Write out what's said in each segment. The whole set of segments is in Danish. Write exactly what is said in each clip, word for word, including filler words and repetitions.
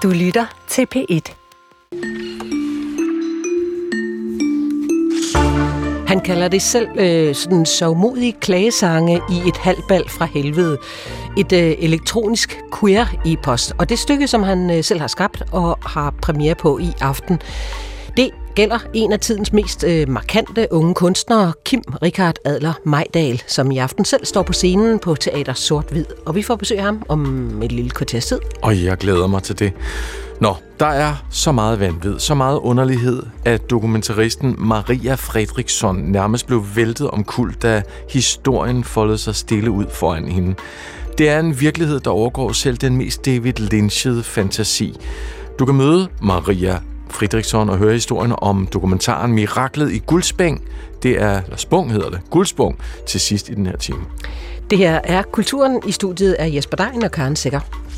Du lytter til P et. Han kalder det selv øh, sådan sørgmodige klagesange i et halvbal fra helvede. Et øh, elektronisk queer-epos. Og det stykke, som han øh, selv har skabt og har premiere på i aften, det gælder en af tidens mest øh, markante unge kunstnere, Kim Richard Adler Mejdal, som i aften selv står på scenen på Teater Sort-Hvid. Og vi får besøg af ham om et lille kvarters tid. Og jeg glæder mig til det. Nå, der er så meget vanvid, så meget underlighed, at dokumentaristen Maria Fredriksson nærmest blev væltet omkuld, da historien foldede sig stille ud foran hende. Det er en virkelighed, der overgår selv den mest David Lynchede fantasi. Du kan møde Maria Fredriksson og høre historien om dokumentaren Miraklet i Guldspæng. Det er, eller Spung hedder det, Guldspung, til sidst i den her time. Det her er Kulturen. I studiet af Jesper Dein og Karen Sikker.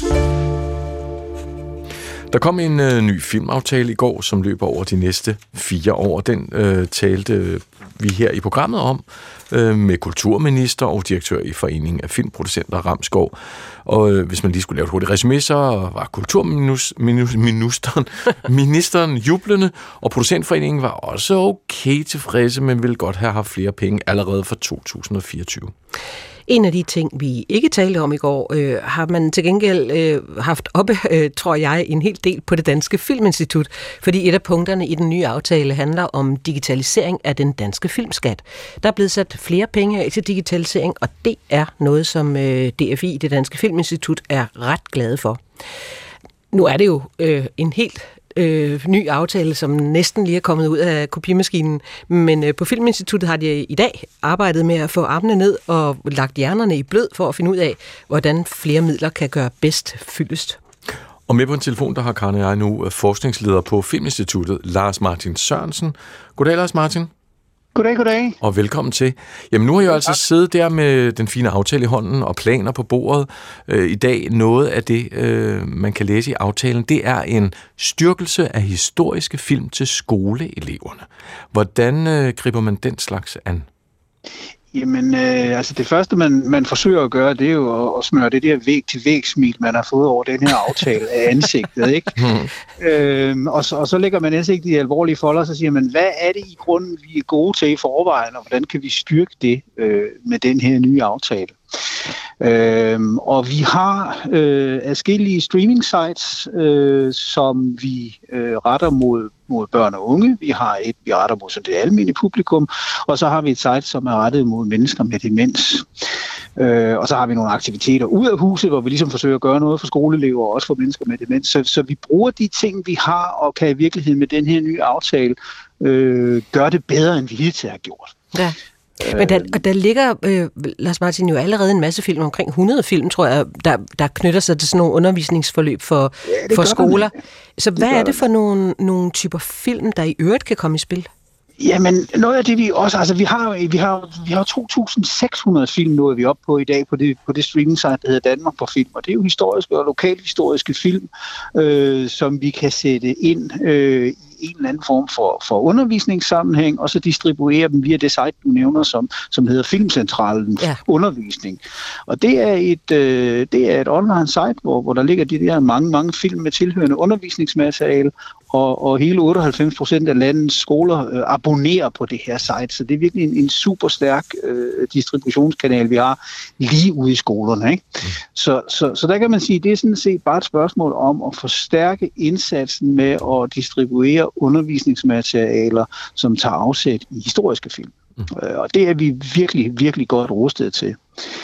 Der kom en øh, ny filmaftale i går, som løber over de næste fire år. Den øh, talte vi her i programmet om øh, med kulturminister og direktør i Foreningen af Filmproducenter, Ramskov. Og øh, hvis man lige skulle lave et hurtigt resumé, så var kulturministeren ministeren jublende, og producentforeningen var også okay tilfredse, men ville godt have haft flere penge allerede for to tusind og fireogtyve. En af de ting, vi ikke talte om i går, øh, har man til gengæld øh, haft oppe, øh, tror jeg, en hel del på det Danske Filminstitut, fordi et af punkterne i den nye aftale handler om digitalisering af den danske filmskat. Der er blevet sat flere penge af til digitalisering, og det er noget, som øh, D F I, det Danske Filminstitut, er ret glade for. Nu er det jo øh, en helt Øh, ny aftale, som næsten lige er kommet ud af kopimaskinen. Men øh, på Filminstituttet har de i dag arbejdet med at få armene ned og lagt hjernerne i blød for at finde ud af, hvordan flere midler kan gøre bedst fyldest. Og med på en telefon, der har Karen og jeg nu forskningsleder på Filminstituttet, Lars Martin Sørensen. Goddag, Lars Martin. Goddag, goddag. Og velkommen til. Jamen nu har jeg jo altså siddet der med den fine aftale i hånden og planer på bordet øh, i dag. Noget af det, øh, man kan læse i aftalen, det er en styrkelse af historiske film til skoleeleverne. Hvordan øh, griber man den slags an? Jamen, øh, altså det første, man, man forsøger at gøre, det er jo at, at smøre det der væg-til-væg-smil, man har fået over den her aftale af ansigtet, ikke? Hmm. Øhm, og, så, og så lægger man ansigtet i alvorlige folder, og så siger man, hvad er det i grunden, vi er gode til i forvejen, og hvordan kan vi styrke det øh, med den her nye aftale? Øhm, og vi har øh, adskillige streaming sites, øh, som vi øh, retter mod, mod børn og unge. Vi har et, vi retter mod det almindelige publikum, og så har vi et site, som er rettet mod mennesker med demens. Øh, og så har vi nogle aktiviteter ud af huset, hvor vi ligesom forsøger at gøre noget for skoleelever og også for mennesker med demens. Så, så vi bruger de ting, vi har, og kan i virkeligheden med den her nye aftale øh, gøre det bedre, end vi hidtil har gjort. Ja. Men der, og der ligger, øh, Lars Martin, jo allerede en masse film, omkring hundrede film, tror jeg, der, der knytter sig til sådan nogle undervisningsforløb for, ja, for skoler. Det. Så hvad det er det for nogle, nogle typer film, der i øvrigt kan komme i spil? Jamen, noget af det vi også, altså vi har vi har vi har to tusind seks hundrede film nåede vi op på i dag på det på det streaming site, der hedder Danmark på Film, og det er jo historiske og lokalhistoriske film, øh, som vi kan sætte ind øh, i en eller anden form for for undervisningssammenhæng, og så distribuere dem via det site du nævner, som som hedder Filmcentralens ja. Undervisning. Og det er et øh, det er et online site, hvor hvor der ligger de der mange mange film med tilhørende undervisningsmateriale. Og, og hele otteoghalvfems procent af landets skoler øh, abonnerer på det her site, så det er virkelig en, en super stærk øh, distributionskanal, vi har lige ude i skolerne, ikke? Mm. Så, så, så der kan man sige, det er sådan set bare et spørgsmål om at forstærke indsatsen med at distribuere undervisningsmaterialer, som tager afsæt i historiske film. Mm. Øh, og det er vi virkelig, virkelig godt rustet til.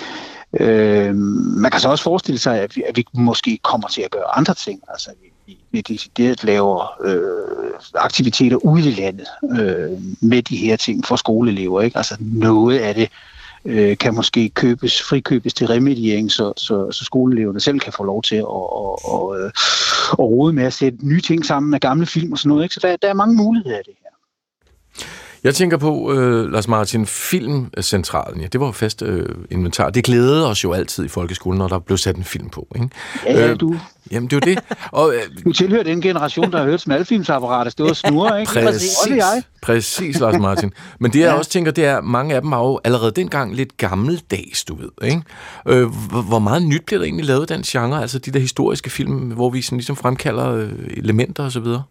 Øh, man kan så også forestille sig, at vi, at vi måske kommer til at gøre andre ting, altså vi vi decideret laver øh, aktiviteter ude i landet øh, med de her ting for skoleelever, ikke? Altså noget af det øh, kan måske købes, frikøbes til remediering, så, så, så skoleeleverne selv kan få lov til at, at, at, at, at rode med at sætte nye ting sammen med gamle film og sådan noget, ikke? Så der, der er mange muligheder af det her. Jeg tænker på, øh, Lars Martin, Filmcentralen, ja, det var jo fast øh, inventar. Det glædede os jo altid i folkeskolen, når der blev sat en film på, ikke? Ja, ja, du... Jamen, det er jo det. Og, øh, du tilhører den generation, der har hørt smalfilmsapparater stå og snurre, ikke? Præcis, jeg. præcis, Lars Martin. Men det, jeg ja. også tænker, det er, mange af dem var jo allerede dengang lidt gammeldags, du ved, ikke? Øh, hvor meget nyt bliver der egentlig lavet den genre, altså de der historiske film, hvor vi sådan ligesom fremkalder øh, elementer og så videre?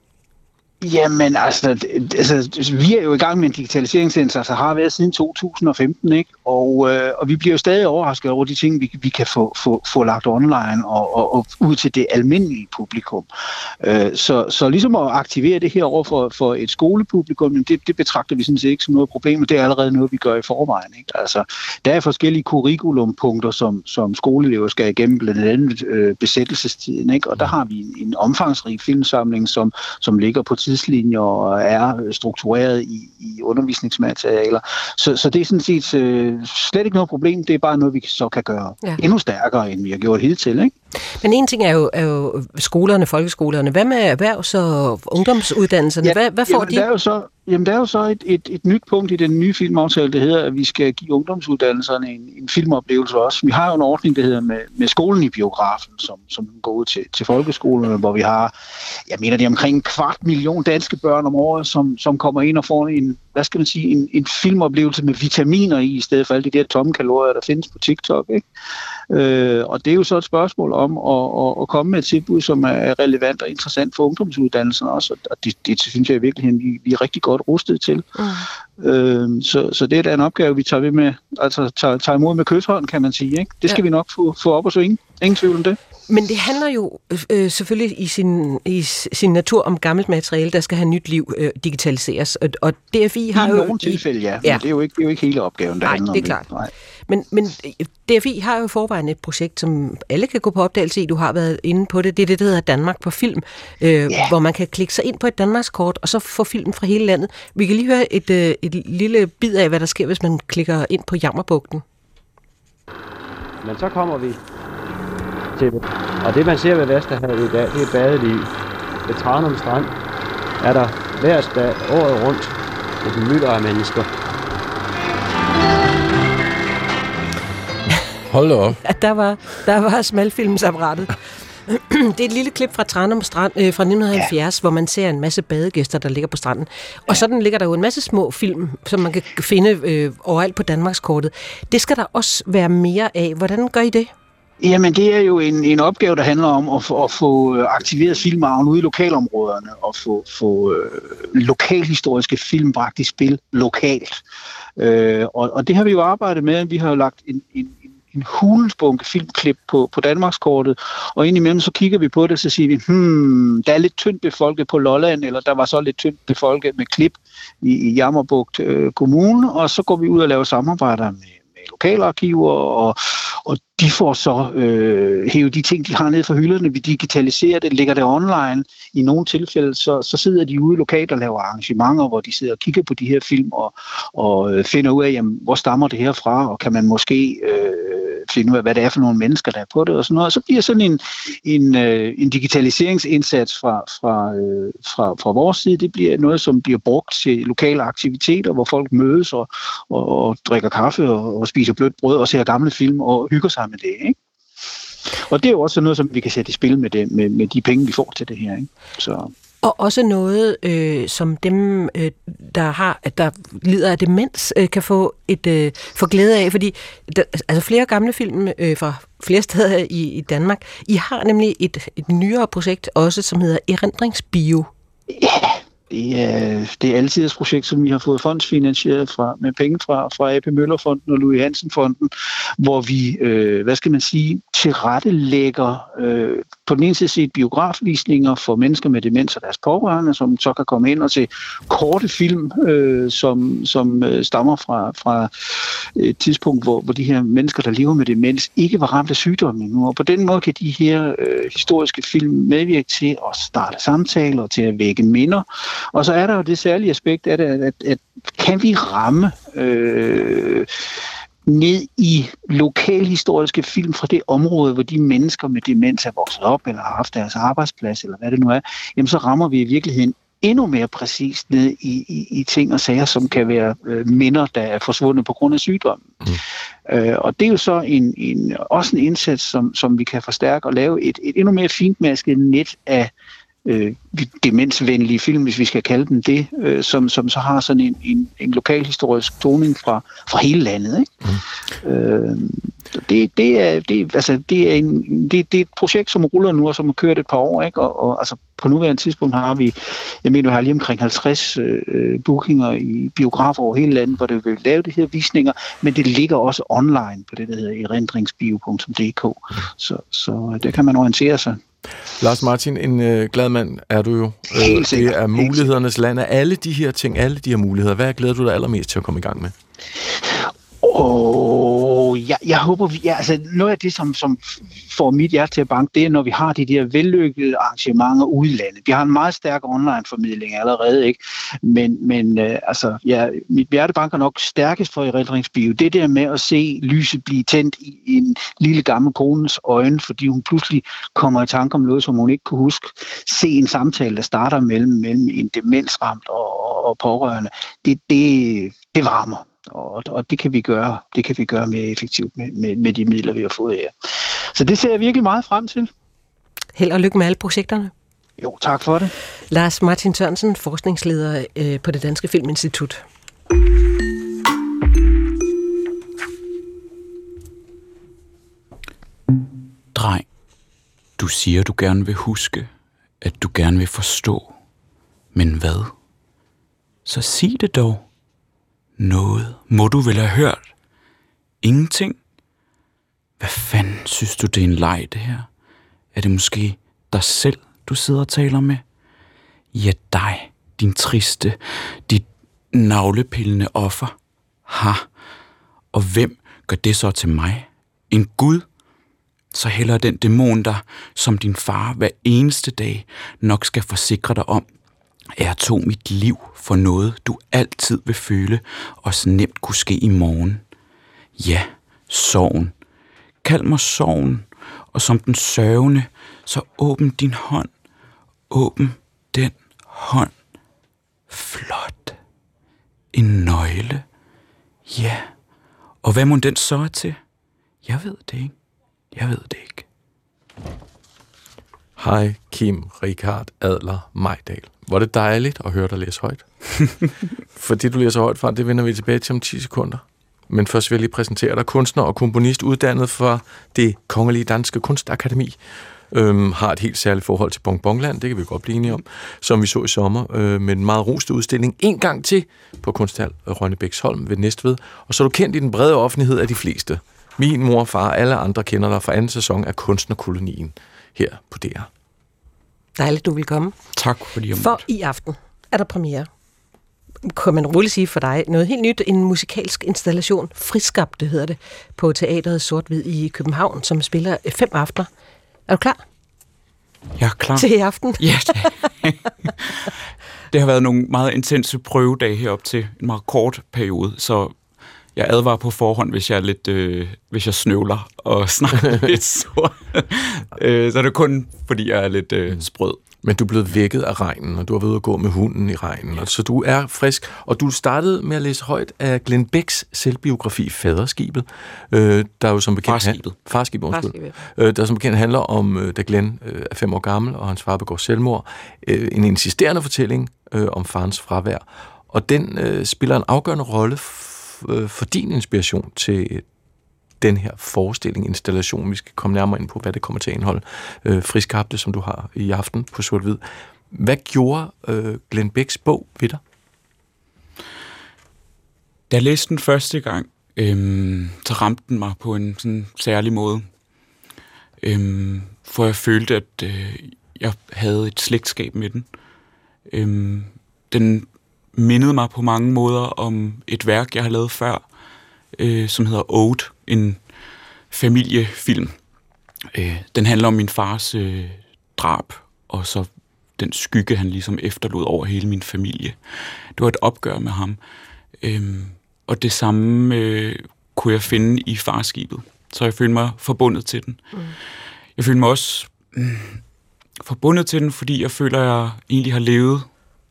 Jamen, altså, altså, vi er jo i gang med en digitaliseringsindsats, der har været siden to tusind og femten, ikke? Og, øh, og vi bliver jo stadig overrasket over de ting, vi, vi kan få, få, få lagt online og, og, og ud til det almindelige publikum. Øh, så, så ligesom at aktivere det her over for, for et skolepublikum, det, det betragter vi sådan set ikke som noget problem, det er allerede noget, vi gør i forvejen, ikke? Altså, der er forskellige curriculumpunkter, som, som skoleelever skal igennem, blandt andet øh, besættelsestiden, ikke? Og der har vi en, en omfangsrig filmsamling, som, som ligger på tidslinjer og er struktureret i, i undervisningsmaterialer. Så, så det er sådan set øh, slet ikke noget problem. Det er bare noget, vi så kan gøre ja. endnu stærkere, end vi har gjort hidtil, ikke? Men en ting er jo, er jo skolerne, folkeskolerne. Hvad med erhvervs- og ungdomsuddannelserne? Ja, hvad, hvad får jamen, de? Der er jo så, jamen, der er jo så et, et, et nyt punkt i den nye filmaftale, det hedder, at vi skal give ungdomsuddannelserne en, en filmoplevelse også. Vi har jo en ordning, der hedder med, med skolen i biografen, som, som går ud til, til folkeskolerne, hvor vi har, jeg mener det er omkring en kvart million danske børn om året, som, som kommer ind og får en, hvad skal man sige, en, en filmoplevelse med vitaminer i, i stedet for alle de der tomme kalorier, der findes på TikTok, ikke? Øh, og det er jo så et spørgsmål om at, at, at komme med et tilbud, som er relevant og interessant for ungdomsuddannelserne også, og det, det synes jeg i virkeligheden, vi, vi er rigtig godt rustet til. Mm. Øh, så, så det er da en opgave, vi tager, ved med, altså, tager, tager imod med kyshånd, kan man sige, ikke? Det skal ja. vi nok få, få op og svinge. Ingen tvivl om det. Men det handler jo øh, selvfølgelig i sin, i sin natur om gammelt materiale, der skal have nyt liv øh, digitaliseres. Og, og D F I har I jo... I nogle tilfælde, ja. ja. Men det er, jo ikke, det er jo ikke hele opgaven, der Nej, handler om det. Er klart. Nej. Men, men D F I har jo forvejen et projekt, som alle kan gå på opdagelse i. Du har været inde på det. Det er det, der hedder Danmark på film, øh, yeah. hvor man kan klikke sig ind på et Danmarkskort, og så få film fra hele landet. Vi kan lige høre et, øh, et lille bid af, hvad der sker, hvis man klikker ind på Jammerbugten. Men så kommer vi til det. Og det, man ser ved Vesterhavet i dag, det er badeliv. Ved Tranum Strand er der hver dag året rundt et mylder af mennesker. Hold da op. Ja, der var, der var smalfilmsapparatet. Det er et lille klip fra Tranum Strand øh, fra nitten halvfjerds, ja. hvor man ser en masse badegæster, der ligger på stranden. Og ja. sådan ligger der jo en masse små film, som man kan finde øh, overalt på Danmarkskortet. Det skal der også være mere af. Hvordan gør I det? Jamen, det er jo en, en opgave, der handler om at få, at få aktiveret filmarven ude i lokalområderne og få, få øh, lokalhistoriske film bragt i spil lokalt. Øh, og, og det har vi jo arbejdet med. Vi har jo lagt en, en, en hulsbunke filmklip på, på Danmarkskortet, og indimellem så kigger vi på det, så siger vi, hmm, der er lidt tyndt befolket på Lolland, eller der var så lidt tyndt befolket med klip i, i Jammerbugt øh, Kommune, og så går vi ud og laver samarbejder med lokalarkiver, og, og de får så øh, hæve de ting, de har nede fra hylderne, vi digitaliserer det, lægger det online. I nogle tilfælde, så, så sidder de ude lokalt og laver arrangementer, hvor de sidder og kigger på de her film, og, og finder ud af, jamen, hvor stammer det her fra, og kan man måske øh, finde ud af, hvad det er for nogle mennesker, der er på det, og sådan noget. Og så bliver sådan en, en, øh, en digitaliseringsindsats fra, fra, øh, fra, fra vores side, det bliver noget, som bliver brugt til lokale aktiviteter, hvor folk mødes og, og, og drikker kaffe og, og spiser blødt brød og ser gamle film og hygger sig med det, ikke? Og det er jo også noget, som vi kan sætte i spil med, det, med, med de penge, vi får til det her, ikke? Så. Og også noget, øh, som dem, øh, der har, der lider af demens, øh, kan få et øh, få glæde af, fordi der, altså flere gamle film øh, fra flere steder i, i Danmark. I har nemlig et, et nyere projekt også, som hedder Erindringsbio. Ja. Det er, det er altid et projekt, som vi har fået fondsfinansieret fra, med penge fra, fra A P Møller-fonden og Louis Hansen-fonden, hvor vi, øh, hvad skal man sige, tilrettelægger øh, på den ene side set biografvisninger for mennesker med demens og deres pårørende, som så kan komme ind og se korte film, øh, som, som øh, stammer fra, fra et tidspunkt, hvor, hvor de her mennesker, der lever med demens, ikke var ramt af sygdommen endnu. Og på den måde kan de her øh, historiske film medvirke til at starte samtaler og til at vække minder. Og så er der jo det særlige aspekt af det, at, at, at kan vi ramme øh, ned i lokalhistoriske film fra det område, hvor de mennesker med demens er vokset op, eller har haft deres arbejdsplads, eller hvad det nu er, jamen så rammer vi i virkeligheden endnu mere præcist ned i, i, i ting og sager, som kan være øh, minder, der er forsvundet på grund af sygdommen. Mm. Øh, og det er jo så en, en, også en indsats, som, som vi kan forstærke og lave et, et endnu mere fintmasket net af øh, demensvenlige film, hvis vi skal kalde dem det, øh, som, som så har sådan en, en, en lokalhistorisk toning fra, fra hele landet. Ikke? Mm. Øh, det, det, er, det, altså, det, er en, det, det er et projekt, som ruller nu, og som har kørt et par år. Ikke? Og, og altså, på nuværende tidspunkt har vi, jeg mener, vi har lige omkring halvtreds øh, bookinger i biografer over hele landet, hvor det vil lave de her visninger, men det ligger også online på det, der hedder erindringsbio punktum d k, så, så der kan man orientere sig. Lars Martin, en øh, glad mand er du jo. Helt sikkert. Det er mulighedernes land af alle de her ting, alle de her muligheder. Hvad glæder du dig allermest til at komme i gang med? Oh, jeg, jeg håber, vi, ja, altså noget af det, som, som får mit hjerte til at banke, det er, når vi har de der vellykkede arrangementer ude i landet. Vi har en meget stærk online-formidling allerede, ikke? Men, men øh, altså, ja, mit hjerte banker nok stærkest for erindringsbio. Det der med at se lyset blive tændt i en lille gammel kones øjne, fordi hun pludselig kommer i tanke om noget, som hun ikke kunne huske. Se en samtale, der starter mellem, mellem en demensramt og, og pårørende. Det, det, det varmer. Og, og det kan vi gøre, det kan vi gøre mere effektivt med, med, med de midler, vi har fået her. Så det ser jeg virkelig meget frem til. Held og lykke med alle projekterne. Jo, tak for det. Lars Martin Sørensen, forskningsleder øh, på det Danske Filminstitut. Dreng, du siger, du gerne vil huske, at du gerne vil forstå. Men hvad? Så sig det dog. Noget må du vel have hørt. Ingenting? Hvad fanden synes du, det er en leg, det her? Er det måske dig selv, du sidder og taler med? Ja, dig, din triste, dit navlepillende offer. Ha! Og hvem gør det så til mig? En Gud? Så hellere den dæmon, der som din far hver eneste dag nok skal forsikre dig om, jeg tog mit liv for noget, du altid vil føle, og så nemt kunne ske i morgen. Ja, sorgen. Kald mig sorgen, og som den sørgende, så åbn din hånd. Åbn den hånd. Flot. En nøgle. Ja, og hvad må den så er til? Jeg ved det ikke. Jeg ved det ikke. Hej, Kim Richard Adler Mejdal. Hvor er det dejligt at høre dig læse højt. Fordi du læser højt fra, det vender vi tilbage til om ti sekunder. Men først vil jeg lige præsentere dig. Kunstner og komponist uddannet fra Det Kongelige Danske Kunstakademi. Øhm, har et helt særligt forhold til Bonbonland, det kan vi godt blive enige om, som vi så i sommer, øh, med en meget roste udstilling en gang til på Kunsthal Rønnebæksholm ved Næstved. Og så er du kendt i den brede offentlighed af de fleste. Min mor, far og alle andre kender dig fra anden sæson af Kunstnerkolonien her på D R. Dejligt, du vil komme. Tak fordi jeg måtte. For i aften er der premiere. Kan man roligt sige for dig noget helt nyt, en musikalsk installation, Friskabte hedder det, på Teatret Sort-Hvid i København, som spiller fem aftener. Er du klar? Jeg er klar. Til i aften? Ja, det. Det har været nogle meget intense prøvedage herop til en meget kort periode, så jeg advarer på forhånd, hvis jeg er lidt, øh, hvis jeg snøvler og snakker lidt sort. øh, så er det kun, fordi jeg er lidt øh, sprød. Men du er blevet vækket af regnen, og du har været ude at gå med hunden i regnen, og så du er frisk. Og du startede med at læse højt af Glenn Bechs selvbiografi Faderskibet, øh, der jo som bekendt... Farskibet. Farskibet, undskyld. Øh, der som bekendt handler om, øh, da Glenn øh, er fem år gammel, og hans far begår selvmord. Øh, en insisterende fortælling øh, om farens fravær. Og den øh, spiller en afgørende rolle f- øh, for din inspiration til den her forestilling, installation. Vi skal komme nærmere ind på, hvad det kommer til at indeholde. Øh, Friskabte, som du har i aften på Sort-Hvid. Hvad gjorde øh, Glenn Bechs bog ved dig? Da jeg læste den første gang, øhm, så ramte den mig på en sådan særlig måde. Øhm, for jeg følte, at øh, jeg havde et slægtskab med den. Øhm, den mindede mig på mange måder om et værk, jeg har lavet før, øh, som hedder Ode, en familiefilm. Øh, den handler om min fars øh, drab, og så den skygge, han ligesom efterlod over hele min familie. Det var et opgør med ham. Øh, og det samme øh, kunne jeg finde i Farskibet. Så jeg følte mig forbundet til den. Mm. Jeg følte mig også mm, forbundet til den, fordi jeg føler, at jeg egentlig har levet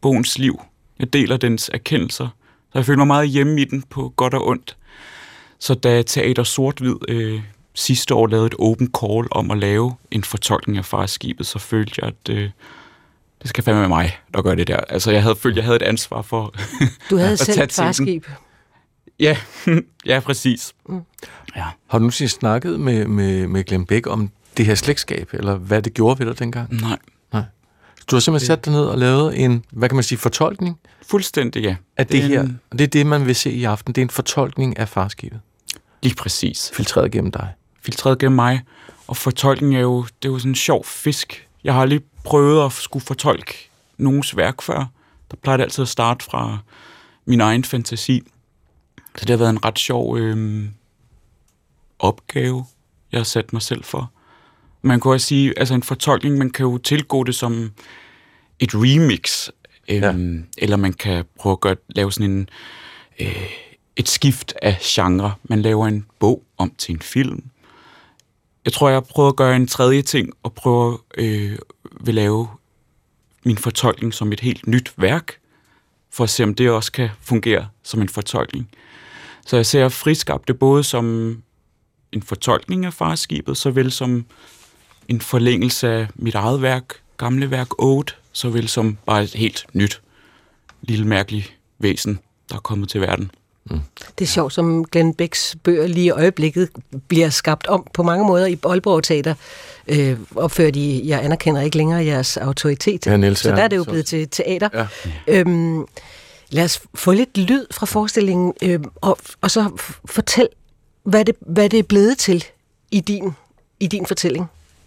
bogens liv. Jeg deler dens erkendelser. Så jeg føler mig meget hjemme i den på godt og ondt. Så da Teater Sort-Hvid øh, sidste år lavede et open call om at lave en fortolkning af Farskibet, så følte jeg, at øh, det skal fandme med mig, der gør det der. Altså, jeg havde følt, jeg havde et ansvar for Du havde selv et farskib. Ja, ja, præcis. Mm. Ja. Har du nogensinde snakket med, med, med Glenn Bech om det her slægtskab, eller hvad det gjorde ved dig dengang? Nej. Nej. Du har simpelthen sat dig ned og lavet en, hvad kan man sige, fortolkning? Fuldstændig, ja. Af det, det her. En... Det er det, man vil se i aften. Det er en fortolkning af Farskibet. Lige præcis. Filtreret gennem dig. Filtreret gennem mig. Og fortolkning er jo, det er jo sådan en sjov fisk. Jeg har aldrig prøvet at skulle fortolke nogens værk før. Der plejer det altid at starte fra min egen fantasi. Så det har været en ret sjov øh, opgave, jeg har sat mig selv for. Man kan også sige, altså en fortolkning, man kan jo tilgå det som et remix, øh, ja. Eller man kan prøve at gøre, lave sådan en, øh, et skift af genre. Man laver en bog om til en film. Jeg tror, jeg prøver at gøre en tredje ting, og prøver øh, at lave min fortolkning som et helt nyt værk, for at se, om det også kan fungere som en fortolkning. Så jeg ser Friskabte både som en fortolkning af Farskibet, såvel som en forlængelse af mit eget værk, gamle værk otte, såvel som bare et helt nyt, lille mærkeligt væsen, der er kommet til verden. Mm. Det er sjovt, som Glenn Bechs bøger lige i øjeblikket bliver skabt om på mange måder i Aalborg Teater. Øh, opfører de, jeg anerkender ikke længere jeres autoritet, ja, Niels, så der er det jo blevet til teater. Ja. Øhm, lad os få lidt lyd fra forestillingen, øh, og, og så f- fortæl, hvad det, hvad det er blevet til i din, i din fortælling.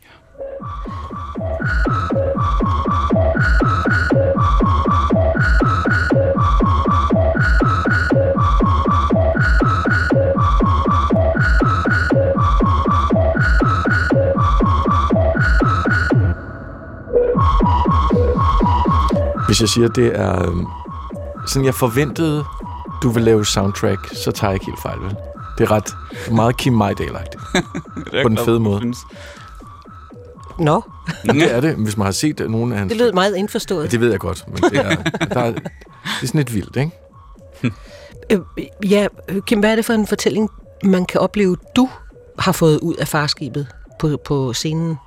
Hvis jeg siger, det er øh, sådan, jeg forventede, du vil lave soundtrack, så tager jeg ikke helt fejl, vel? Det er ret meget Kim Mejdal-agtigt. På den fede måde. Nå. No. Det er det, hvis man har set nogle af hans... Det lød meget indforstået. Det ved jeg godt, men det er, der er, det er sådan lidt vildt, ikke? øh, ja, Kim, hvad er det for en fortælling, man kan opleve, du har fået ud af Farskibet på, på scenen?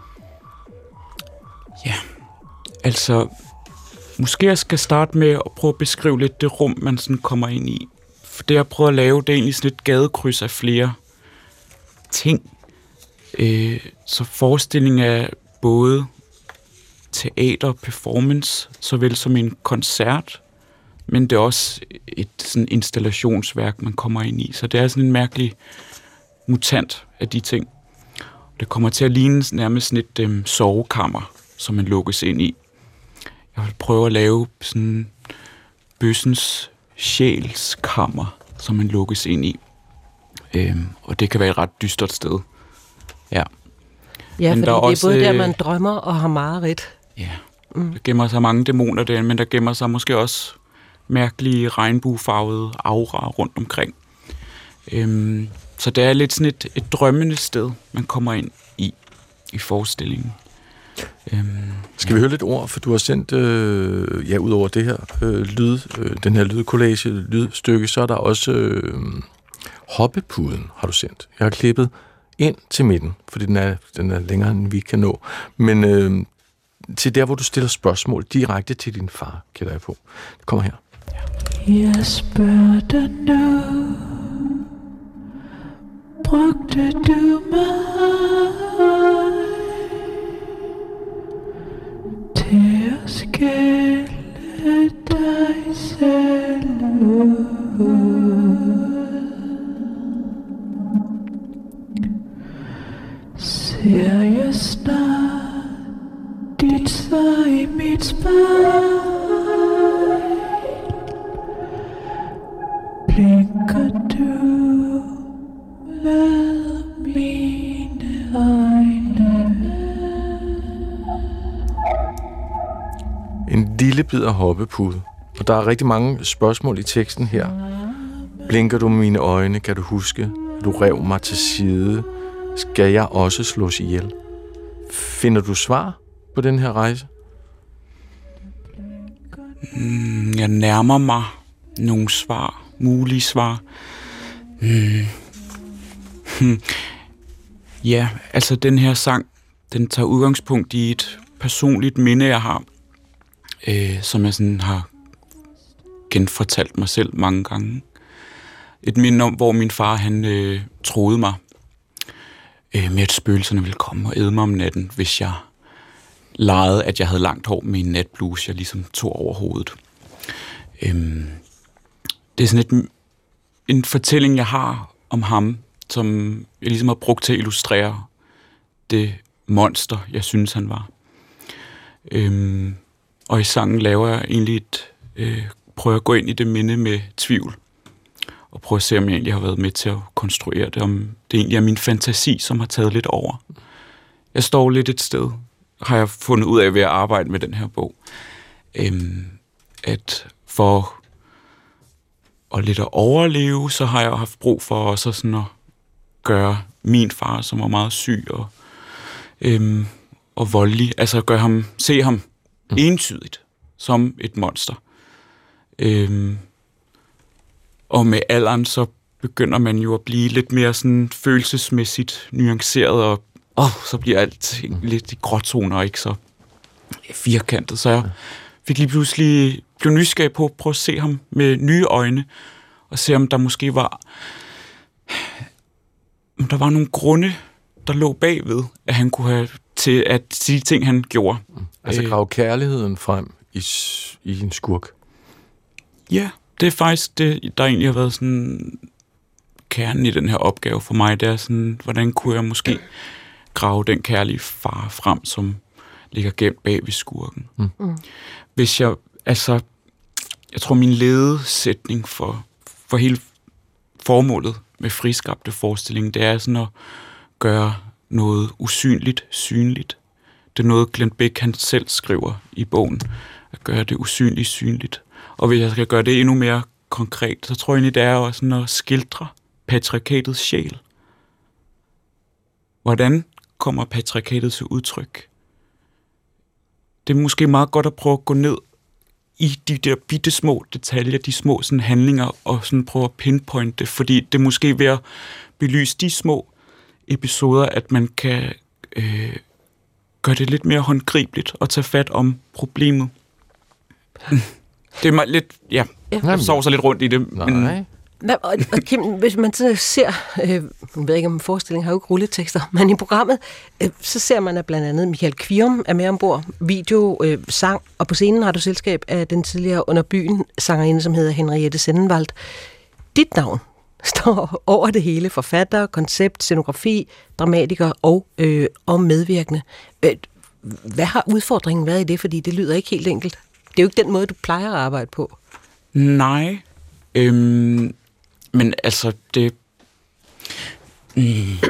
Ja, altså... Måske jeg skal starte med at prøve at beskrive lidt det rum, man sådan kommer ind i. For det, jeg prøver at lave, det er egentlig sådan et gadekryds af flere ting. Øh, så forestillingen er både teater, performance, såvel som en koncert, men det er også et sådan installationsværk, man kommer ind i. Så det er sådan en mærkelig mutant af de ting. Det kommer til at ligne nærmest sådan et øh, sovekammer, som man lukkes ind i. Jeg vil prøve at lave sådan bøssens sjælskammer, som man lukkes ind i. Øhm, og det kan være et ret dystert sted. Ja, ja, fordi det er også, både der, man drømmer og har mareridt. Ja, mm. Der gemmer sig mange dæmoner der, men der gemmer sig måske også mærkelige regnbuefarvede aura rundt omkring. Øhm, så det er lidt sådan et, et drømmende sted, man kommer ind i, i forestillingen. Øhm, Skal vi høre lidt ord, for du har sendt, øh, ja, ud over det her øh, lyd, øh, den her lydkollage, lydstykke, så er der også øh, hoppepuden, har du sendt. Jeg har klippet ind til midten, fordi den er, den er længere, end vi kan nå. Men øh, til der, hvor du stiller spørgsmål direkte til din far, kender jeg på. Det kommer her. Jeg spørger dig nu, brugte du mig til at skælde dig selv ud? Ser jeg snart dit svar i mit spejl? Blinker du med mine øjne? En lille bid af hoppepude. Og der er rigtig mange spørgsmål i teksten her. Blinker du med mine øjne? Kan du huske? Du rev mig til side. Skal jeg også slås ihjel? Finder du svar på den her rejse? Mm, jeg nærmer mig nogle svar, mulige svar. Mm. Hmm. Ja, altså den her sang, den tager udgangspunkt i et personligt minde, jeg har, øh, som jeg sådan har genfortalt mig selv mange gange. Et minde om, hvor min far, han øh, troede mig øh, med, at spøgelserne ville komme og æde mig om natten, hvis jeg legede, at jeg havde langt hår med en natbluse, jeg ligesom tog over hovedet. Øhm, det er sådan et, en fortælling, jeg har om ham, som jeg ligesom har brugt til at illustrere det monster, jeg synes, han var. Øhm, og i sangen laver jeg egentlig et, øh, prøver at gå ind i det minde med tvivl, og prøve at se, om jeg egentlig har været med til at konstruere det, om det egentlig er min fantasi, som har taget lidt over. Jeg står lidt et sted, har jeg fundet ud af ved at arbejde med den her bog, øhm, at for at lidt at overleve, så har jeg haft brug for også sådan at gøre min far, som var meget syg og, øhm, og voldelig, altså gøre ham, se ham mm. entydigt som et monster. Øhm, og med alderen, så begynder man jo at blive lidt mere sådan følelsesmæssigt nuanceret, og oh, så bliver alt mm. lidt i gråtoner, og ikke så firkantet. Så jeg fik lige pludselig blev nysgerrig på at prøve at se ham med nye øjne, og se om der måske var om der var nogle grunde, der lå bagved, at han kunne have til at sige ting, han gjorde. Mm. Altså grave kærligheden frem i, i en skurk. Ja, det er faktisk det, der egentlig har været sådan kernen i den her opgave for mig. Det er sådan, hvordan kunne jeg måske grave den kærlige far frem, som ligger gemt bag ved skurken. Mm. Mm. Hvis jeg, altså, jeg tror min ledesætning for, for hele formålet med friskabte forestilling, det er sådan at gøre noget usynligt synligt. Det er noget, Glenn Beck han selv skriver i bogen, at gøre det usynligt synligt. Og hvis jeg skal gøre det endnu mere konkret, så tror jeg egentlig, det er også sådan at skildre patriarkatets sjæl. Hvordan kommer patriarkatet til udtryk? Det er måske meget godt at prøve at gå ned i de der bitte små detaljer, de små sådan handlinger, og sådan prøve at pinpointe det, fordi det er måske ved at belyse de små episoder, at man kan øh, gøre det lidt mere håndgribeligt og tage fat om problemet. Det er lidt, ja, jeg sover så lidt rundt i det. Nej. Men Hvad, og, og Kim, hvis man så ser, øh, jeg ved ikke om forestillingen har jo ikke rulletekster, men i programmet, øh, så ser man, at blandt andet Michael Kvium er med ombord, video, øh, sang, og på scenen har du selskab af den tidligere Under Byen sangerinde, som hedder Henriette Sennenwald. Dit navn står over det hele, forfatter, koncept, scenografi, dramatiker og, øh, og medvirkende. Øh, hvad har udfordringen været i det, fordi det lyder ikke helt enkelt? Det er jo ikke den måde, du plejer at arbejde på. Nej, øhm, men altså, det... Mm,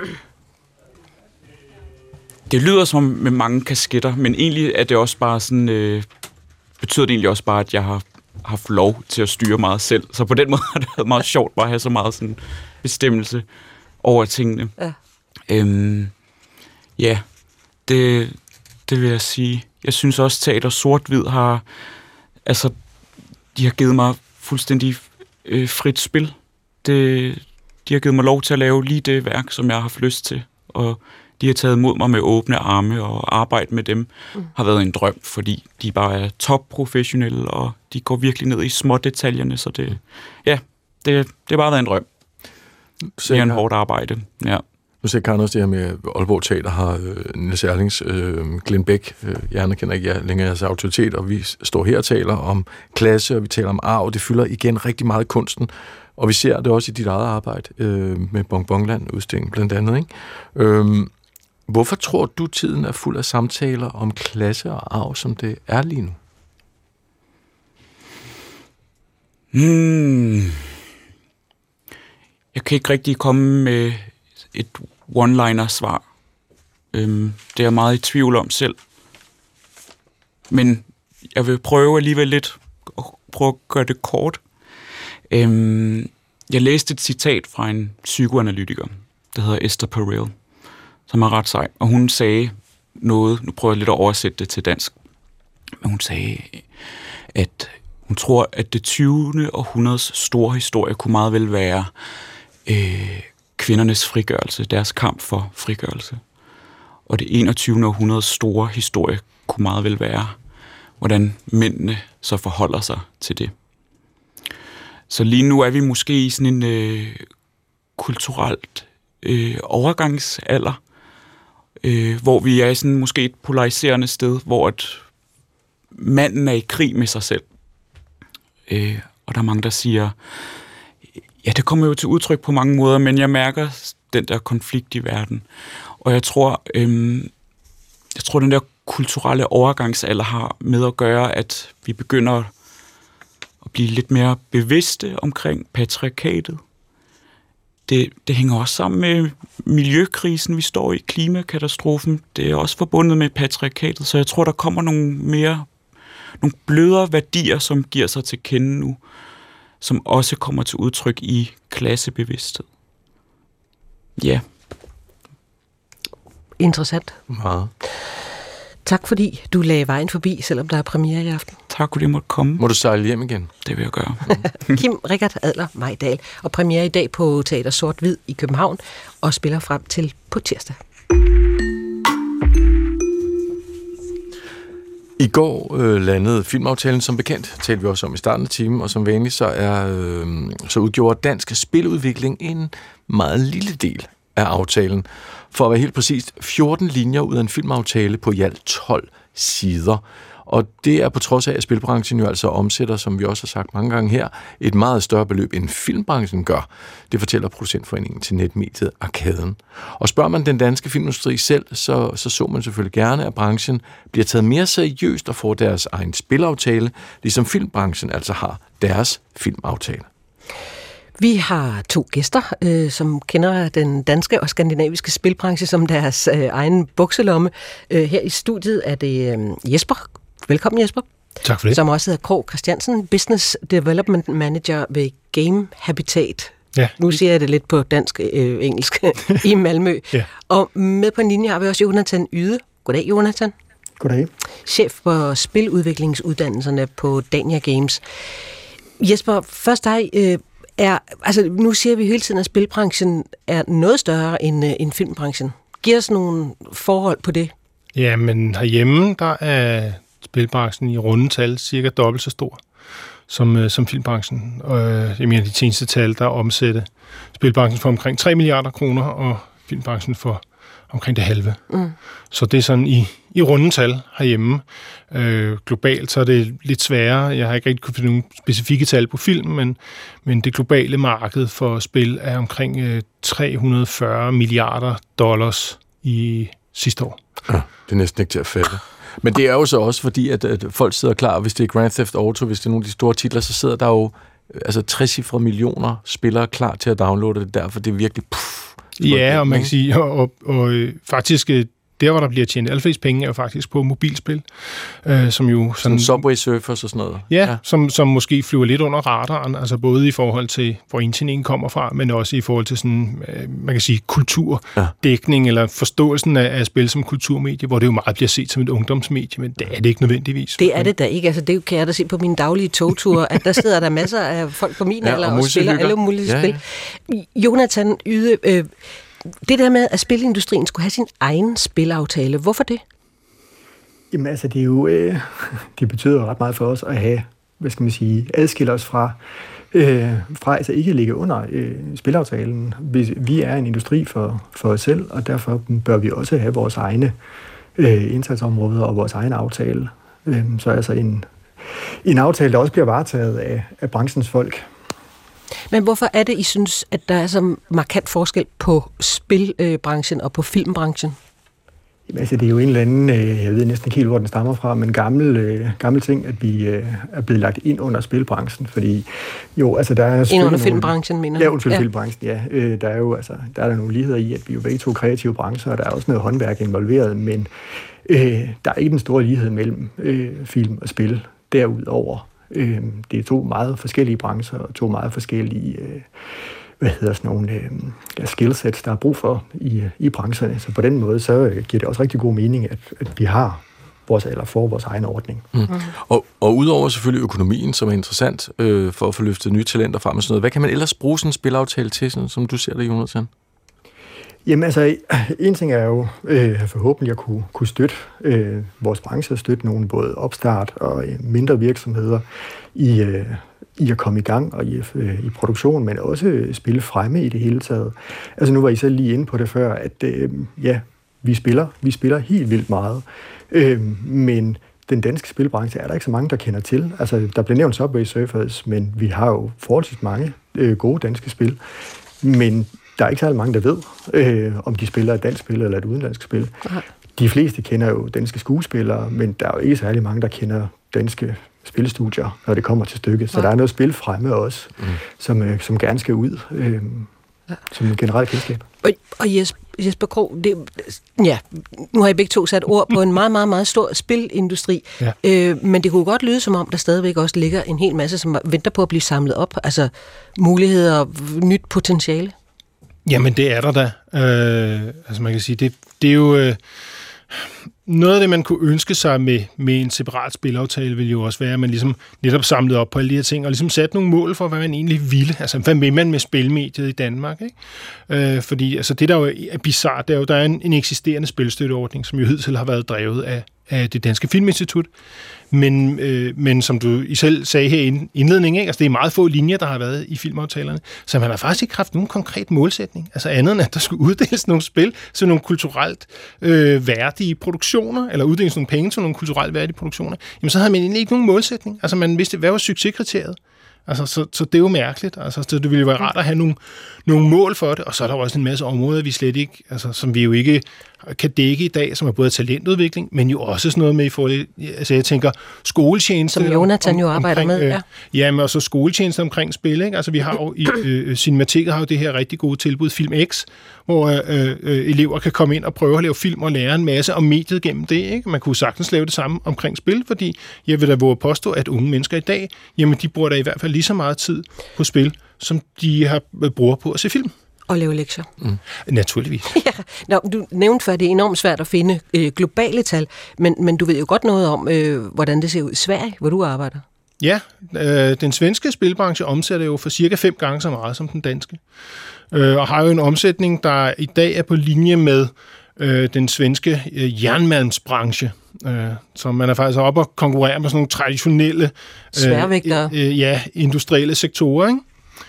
det lyder som med mange kasketter, men egentlig er det også bare sådan... Øh, betyder det egentlig også bare, at jeg har haft lov til at styre meget selv. Så på den måde har det været meget sjovt bare at have så meget sådan bestemmelse over tingene. Ja, øhm, ja det, det vil jeg sige. Jeg synes også, Teater Sort-Hvid har... Altså, de har givet mig fuldstændig øh, frit spil. Det, de har givet mig lov til at lave lige det værk, som jeg har haft lyst til. Og de har taget imod mig med åbne arme, og arbejde med dem mm. har været en drøm, fordi de bare er top-professionelle, og de går virkelig ned i små detaljerne, så det, ja, det, det har bare været en drøm. Det er en hårdt arbejde, ja. Nu ser Karen også det her med, Aalborg Teater har øh, Niels Erlings, øh, Glenn Beck, øh, jeg anerkender ikke jer længere jeres autoritet, og vi står her og taler om klasse, og vi taler om arv, det fylder igen rigtig meget i kunsten, og vi ser det også i dit eget arbejde øh, med Bonbonland-udstillingen blandt andet, ikke? Øh, hvorfor tror du, tiden er fuld af samtaler om klasse og arv, som det er lige nu? Hmm. Jeg kan ikke rigtig komme med et one-liner-svar. Øhm, det er jeg meget i tvivl om selv. Men jeg vil prøve alligevel lidt at prøve at gøre det kort. Øhm, jeg læste et citat fra en psykoanalytiker, der hedder Esther Perel, som er ret sej. Og hun sagde noget, nu prøver jeg lidt at oversætte det til dansk, men hun sagde, at Hun tror, at det tyvende århundredes store historie kunne meget vel være øh, kvindernes frigørelse, deres kamp for frigørelse. Og det enogtyvende århundredes store historie kunne meget vel være, hvordan mændene så forholder sig til det. Så lige nu er vi måske i sådan en øh, kulturelt øh, overgangsalder, øh, hvor vi er i sådan måske et polariserende sted, hvor at manden er i krig med sig selv. Øh, og der er mange, der siger, ja, det kommer jo til udtryk på mange måder, men jeg mærker den der konflikt i verden. Og jeg tror, øh, jeg tror, den der kulturelle overgangsalder har med at gøre, at vi begynder at blive lidt mere bevidste omkring patriarkatet. Det, det hænger også sammen med miljøkrisen, vi står i, klimakatastrofen. Det er også forbundet med patriarkatet, så jeg tror, der kommer nogle mere, nogle blødere værdier, som giver sig til kende nu, som også kommer til udtryk i klassebevidsthed. Ja. Interessant. Meget. Tak fordi du lagde vejen forbi, selvom der er premiere i aften. Tak fordi jeg måtte komme. Må du sejle hjem igen? Det vil jeg gøre. Kim Richard Adler Mejdal, og premiere i dag på Teater Sort-Hvid i København, og spiller frem til på tirsdag. I går øh, landede filmaftalen, som bekendt, talte vi også om i starten af timen, og som vanligt så, er, øh, så udgjorde Dansk Spiludvikling en meget lille del af aftalen. For at være helt præcist, fjorten linjer ud af en filmaftale på i alt tolv sider. Og det er på trods af, at spilbranchen jo altså omsætter, som vi også har sagt mange gange her, et meget større beløb, end filmbranchen gør. Det fortæller producentforeningen til netmediet Arkaden. Og spørger man den danske filmindustri selv, så, så så man selvfølgelig gerne, at branchen bliver taget mere seriøst og får deres egen spilaftale, ligesom filmbranchen altså har deres filmaftale. Vi har to gæster, øh, som kender den danske og skandinaviske spilbranche som deres øh, egen bukselomme. Øh, her i studiet er det øh, Jesper. Velkommen, Jesper. Tak for det. Som også hedder Krog Christiansen, Business Development Manager ved Game Habitat. Ja. Nu siger jeg det lidt på dansk øh, engelsk i Malmø. Ja. Og med på en linje har vi også Jonathan Yde. Goddag, Jonathan. Goddag. Chef for spiludviklingsuddannelserne på Dania Games. Jesper, først dig. Øh, er, altså, nu siger vi hele tiden, at spilbranchen er noget større end, øh, end filmbranchen. Giv os nogle forhold på det. Ja, men herhjemme, der er spilbranchen i runde tal cirka dobbelt så stor som, øh, som filmbranchen. Og øh, jeg mener, de seneste tal, der omsætter spilbranchen for omkring tre milliarder kroner, og filmbranchen for omkring det halve. Mm. Så det er sådan i, i runde tal herhjemme. Øh, globalt så er det lidt sværere. Jeg har ikke rigtig kunne finde nogle specifikke tal på film, men, men det globale marked for spil er omkring øh, tre hundrede og fyrre milliarder dollars i sidste år. Ja, det er næsten ikke til at fatte. Men det er jo så også fordi, at, at folk sidder klar, hvis det er Grand Theft Auto, hvis det er nogle af de store titler, så sidder der jo altså trecifrede millioner spillere klar til at downloade det, derfor det er virkelig puff. Ja, og man kan sige, og, og, og faktisk der, hvor der bliver tjent allerflest penge, er jo faktisk på mobilspil, øh, som jo sådan... Som Subway Surfers og sådan noget. Ja, ja. Som, som måske flyver lidt under radaren, altså både i forhold til, hvor indtjeningen kommer fra, men også i forhold til sådan, øh, man kan sige, kulturdækning, ja. Eller forståelsen af, af spil som kulturmedie, hvor det jo meget bliver set som et ungdomsmedie, men det er det ikke nødvendigvis. Det er det da ikke, altså det kan jeg da se på mine daglige togture, at der sidder der masser af folk på min ja, alder og, og spiller alle mulige ja, spil. Ja. Jonathan Yde, øh, det der med, at spilindustrien skulle have sin egen spilaftale, hvorfor det? Jamen altså, det er jo, øh, det betyder ret meget for os at have, hvad skal man sige, adskille os fra, øh, fra altså ikke ligge under øh, spilaftalen. Vi, vi er en industri for, for os selv, og derfor bør vi også have vores egne øh, indsatsområder og vores egen aftale. Øh, så altså en, en aftale, der også bliver varetaget af, af branchens folk. Men hvorfor er det, I synes, at der er så markant forskel på spilbranchen og på filmbranchen? Jamen, altså, det er jo en eller anden, jeg ved næsten ikke helt, hvor den stammer fra, men gammel, gammel ting, at vi er blevet lagt ind under spilbranchen, fordi jo, altså der er... Ind under nogle, filmbranchen, mener du? Ja, undskyld, ja. filmbranchen, ja. Der er jo, altså, der er der nogle ligheder i, at vi er jo begge to kreative brancher, og der er også noget håndværk involveret, men øh, der er ikke den store lighed mellem øh, film og spil derudover. Øh, det er to meget forskellige brancher, og to meget forskellige... Øh, hvad hedder sådan nogle øh, skillsets, der er brug for i, i brancherne. Så på den måde, så giver det også rigtig god mening, at, at vi har vores, eller for vores egen ordning. Mm. Og, og udover selvfølgelig økonomien, som er interessant øh, for at få løftet nye talenter frem og sådan noget, hvad kan man ellers bruge sådan en spilaftale til, sådan, som du ser det, Jonathan? Jamen altså, en ting er jo øh, forhåbentlig at kunne, kunne støtte øh, vores branche, støtte nogle både opstart og øh, mindre virksomheder i, øh, i at komme i gang og i, øh, i produktion, men også øh, spille fremme i det hele taget. Altså nu var I selv lige inde på det før, at øh, ja, vi spiller, vi spiller helt vildt meget, øh, men den danske spilbranche er der ikke så mange, der kender til. Altså, der bliver nævnt Subway Surfers, men vi har jo forholdsvis mange øh, gode danske spil, men der er ikke særlig mange, der ved, øh, om de spiller et dansk spil eller et udenlandsk spil. Okay. De fleste kender jo danske skuespillere, men der er jo ikke særlig mange, der kender danske spilstudier, når det kommer til stykket. Så okay. der er noget spil fremme også, mm. som, øh, som gerne skal ud øh, ja. som en generelt kendskab. Og, og Jesper, Jesper Krog, det, ja, nu har I begge to sat ord på en meget, meget, meget stor spilindustri, ja. øh, men det kunne godt lyde som om, der stadigvæk også ligger en hel masse, som venter på at blive samlet op, altså muligheder og nyt potentiale. Jamen, det er der da. Øh, altså, man kan sige, det, det er jo... Øh, noget af det, man kunne ønske sig med, med en separat spilaftale, ville jo også være, at man ligesom netop samlede op på alle de her ting, og ligesom satte nogle mål for, hvad man egentlig ville. Altså, hvad vil man med spilmediet i Danmark? Ikke? Øh, fordi altså, det, der jo er bizarrt, det er jo, der er en, en eksisterende spilstøtteordning, som jo hidtil har været drevet af, af det Danske Filminstitut. Men, øh, men som du I selv sagde her i indledningen, ikke? Altså, det er meget få linjer, der har været i filmaftalerne, så man har faktisk ikke haft nogen konkret målsætning. Altså andet end, at der skulle uddeles nogle spil, så nogle kulturelt øh, værdige produktioner, eller uddeles nogle penge til nogle kulturelt værdige produktioner, jamen så havde man egentlig ikke nogen målsætning. Altså man vidste, hvad var succeskriteriet? Altså, så, så det er jo mærkeligt. Altså, så det ville være rart at have nogle, nogle mål for det, og så er der også en masse områder, vi slet ikke, altså, som vi jo ikke kan dække i dag, som er både talentudvikling, men jo også sådan noget med i forhold, altså jeg tænker skoletjeneste. Som Jonathan om, jo arbejder omkring, med, ja. Øh, ja, men også skoletjeneste omkring spil, ikke? Altså vi har jo i øh, Cinemateket har jo det her rigtig gode tilbud, Film X, hvor øh, øh, elever kan komme ind og prøve at lave film og lære en masse om mediet gennem det, ikke? Man kunne sagtens lave det samme omkring spil, fordi jeg vil da våge påstå, at unge mennesker i dag, jamen de bruger da i hvert fald lige så meget tid på spil, som de har bruger på at se film. Og lave lektier. Mm. Naturligvis. Ja. Nå, du nævnte før, det er enormt svært at finde øh, globale tal, men, men du ved jo godt noget om, øh, hvordan det ser ud i Sverige, hvor du arbejder. Ja, øh, den svenske spilbranche omsætter jo for cirka fem gange så meget som den danske, øh, og har jo en omsætning, der i dag er på linje med øh, den svenske øh, jernmalmsbranche. Øh, så man er faktisk oppe og konkurrerer med sådan nogle traditionelle sværvægtere. Øh, øh, ja, industrielle sektorer, ikke?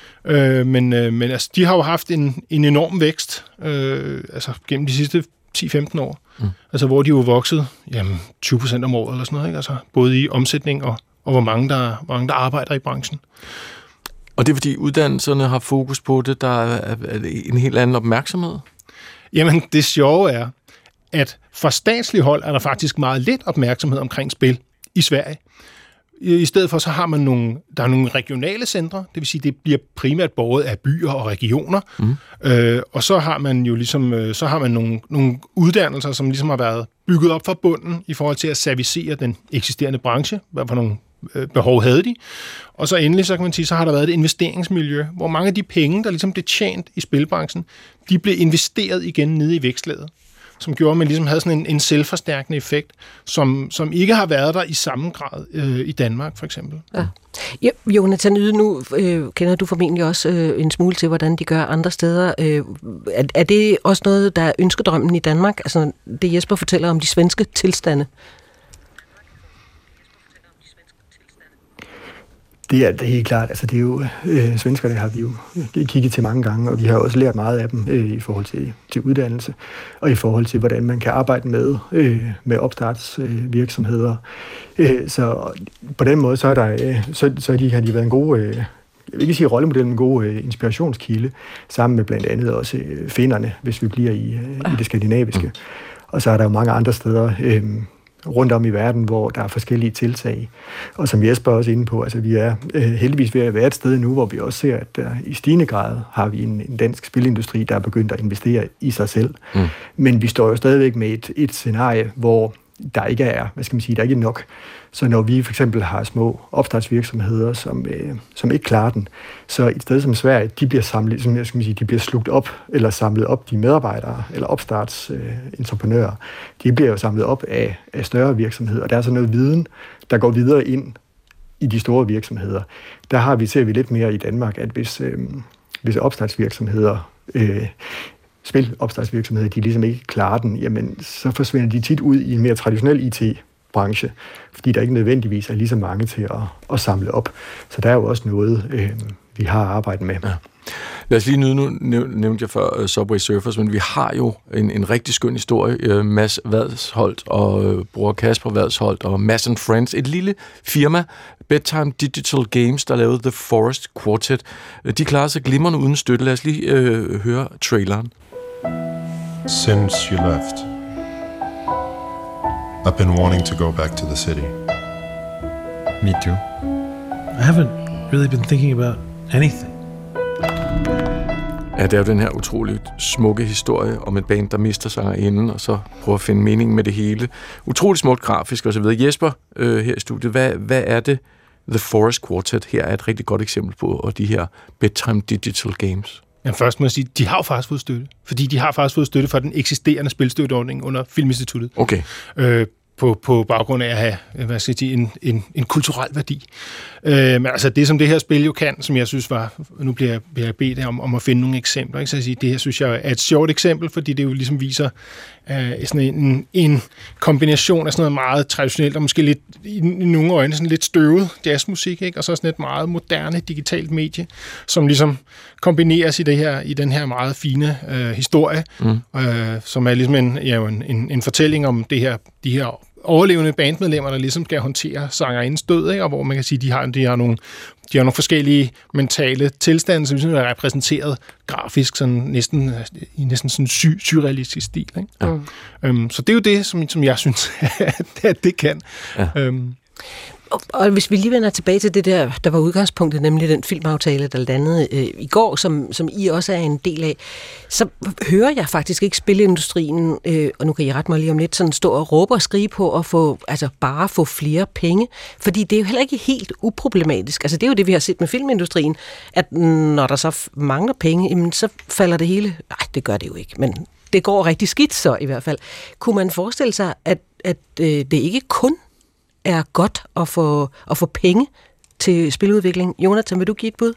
Øh, men øh, men altså, de har jo haft en, en enorm vækst øh, altså, gennem de sidste ti til femten år. Mm. Altså, hvor de jo vokset jamen, tyve procent om året eller sådan noget, ikke? Altså, både i omsætning og, og hvor, mange der, hvor mange der arbejder i branchen. Og det er, fordi uddannelserne har fokus på det, der er, er en helt anden opmærksomhed? Jamen, det sjove er, at fra statslig hold er der faktisk meget lidt opmærksomhed omkring spil i Sverige. I stedet for, så har man nogle, der er nogle regionale centre, det vil sige, det bliver primært båret af byer og regioner, mm. øh, og så har man jo ligesom, øh, så har man nogle, nogle uddannelser, som ligesom har været bygget op fra bunden i forhold til at servicere den eksisterende branche, hvad for nogle øh, behov havde de, og så endelig, så kan man sige, så har der været et investeringsmiljø, hvor mange af de penge, der ligesom blev tjent i spilbranchen, de blev investeret igen nede i vækstlaget, som gjorde, at man ligesom havde sådan en, en selvforstærkende effekt, som, som ikke har været der i samme grad øh, i Danmark, for eksempel. Ja. Ja, Jonathan Yde, nu øh, kender du formentlig også øh, en smule til, hvordan de gør andre steder. Øh, er, er det også noget, der er ønskedrømmen i Danmark? Altså, det Jesper fortæller om de svenske tilstande. Det er, det er helt klart. Altså, det er jo, øh, svenskerne har vi jo kigget til mange gange, og vi har også lært meget af dem øh, i forhold til, til uddannelse, og i forhold til, hvordan man kan arbejde med, øh, med opstartsvirksomheder. Øh, så på den måde, så, er der, øh, så, så de, har de været en god, øh, jeg vil ikke sige rollemodel, men en god øh, inspirationskilde, sammen med blandt andet også øh, finnerne, hvis vi bliver i, øh, i det skandinaviske. Mm. Og så er der jo mange andre steder, øh, rundt om i verden, hvor der er forskellige tiltag. Og som Jesper også er inde på, altså vi er øh, heldigvis ved at være et sted nu, hvor vi også ser, at der i stigende grad har vi en, en dansk spilindustri, der er begyndt at investere i sig selv. Mm. Men vi står jo stadigvæk med et, et scenarie, hvor der ikke er, hvad skal man sige, der er ikke nok. Så når vi for eksempel har små opstartsvirksomheder, som, øh, som ikke klarer den, så et sted som Sverige, de bliver samlet, som jeg skal sige, de bliver slugt op, eller samlet op, de medarbejdere, eller opstartsentreprenører, øh, de bliver jo samlet op af, af større virksomheder, og der er så noget viden, der går videre ind i de store virksomheder. Der har vi, ser vi lidt mere i Danmark, at hvis, øh, hvis opstartsvirksomheder, øh, spilopstartsvirksomheder, de ligesom ikke klarer den, jamen så forsvinder de tit ud i en mere traditionel I T-branche, fordi der ikke nødvendigvis er lige så mange til at, at samle op. Så der er jo også noget, øh, vi har arbejdet med. Ja. Lad os lige nyde, nu nævnte jeg før uh, Subway Surfers, men vi har jo en, en rigtig skøn historie. Uh, Mads Vadsholt og uh, bror Kasper Vadsholt og Mads and Friends, et lille firma, Bedtime Digital Games, der lavede The Forest Quartet. Uh, de klarer sig glimrende uden støtte. Lad os lige uh, høre traileren. Since you left, I've been wanting to go back to the city. Me too. I haven't really been thinking about anything. Ja, det er jo den her utroligt smukke historie om et band, der mister sangerinden, og så prøver at finde mening med det hele. Utroligt smukt grafisk og så videre. Jesper, øh, her i studiet, hvad, hvad er det, The Forest Quartet her er et rigtig godt eksempel på, og de her Bedtime Digital Games? Ja, først må jeg sige, de har jo faktisk fået støtte, fordi de har faktisk fået støtte fra den eksisterende spilstøtteordning under Filminstituttet. Okay. Øh, På, på baggrund af at have hvad skal jeg sige, en, en, en kulturel værdi. Øh, men altså det, som det her spil jo kan, som jeg synes var, nu bliver jeg, bliver jeg bedt om, om at finde nogle eksempler. Ikke? Så jeg siger, det her synes jeg er et sjovt eksempel, fordi det jo ligesom viser øh, sådan en, en kombination af sådan noget meget traditionelt, og måske lidt, i, i nogle øjne sådan lidt støvet jazzmusik, ikke? Og så sådan et meget moderne digitalt medie, som ligesom kombineres i, det her, i den her meget fine øh, historie, mm. øh, som er ligesom en, ja, en, en, en fortælling om det her, de her overlevende bandmedlemmer, der ligesom skal håndtere sangerindens død, ikke? Og hvor man kan sige, de har, de har nogle de har nogle forskellige mentale tilstande, som ligesom er repræsenteret grafisk, sådan næsten, i næsten sådan sy- surrealistisk stil. Ikke? Ja. Um, så det er jo det, som, som jeg synes, at det kan. Ja. Um, Og, og hvis vi lige vender tilbage til det der, der var udgangspunktet, nemlig den filmaftale, der landede øh, i går, som, som I også er en del af, så hører jeg faktisk ikke spilindustrien, øh, og nu kan I rette mig lige om lidt, sådan stå og råbe og skrige på at få, altså bare få flere penge, fordi det er jo heller ikke helt uproblematisk. Altså det er jo det, vi har set med filmindustrien, at når der så mangler penge, jamen, så falder det hele, nej, det gør det jo ikke, men det går rigtig skidt så i hvert fald. Kunne man forestille sig, at, at øh, det ikke kun er godt at få, at få penge til spiludvikling? Jonathan, vil du give et bud?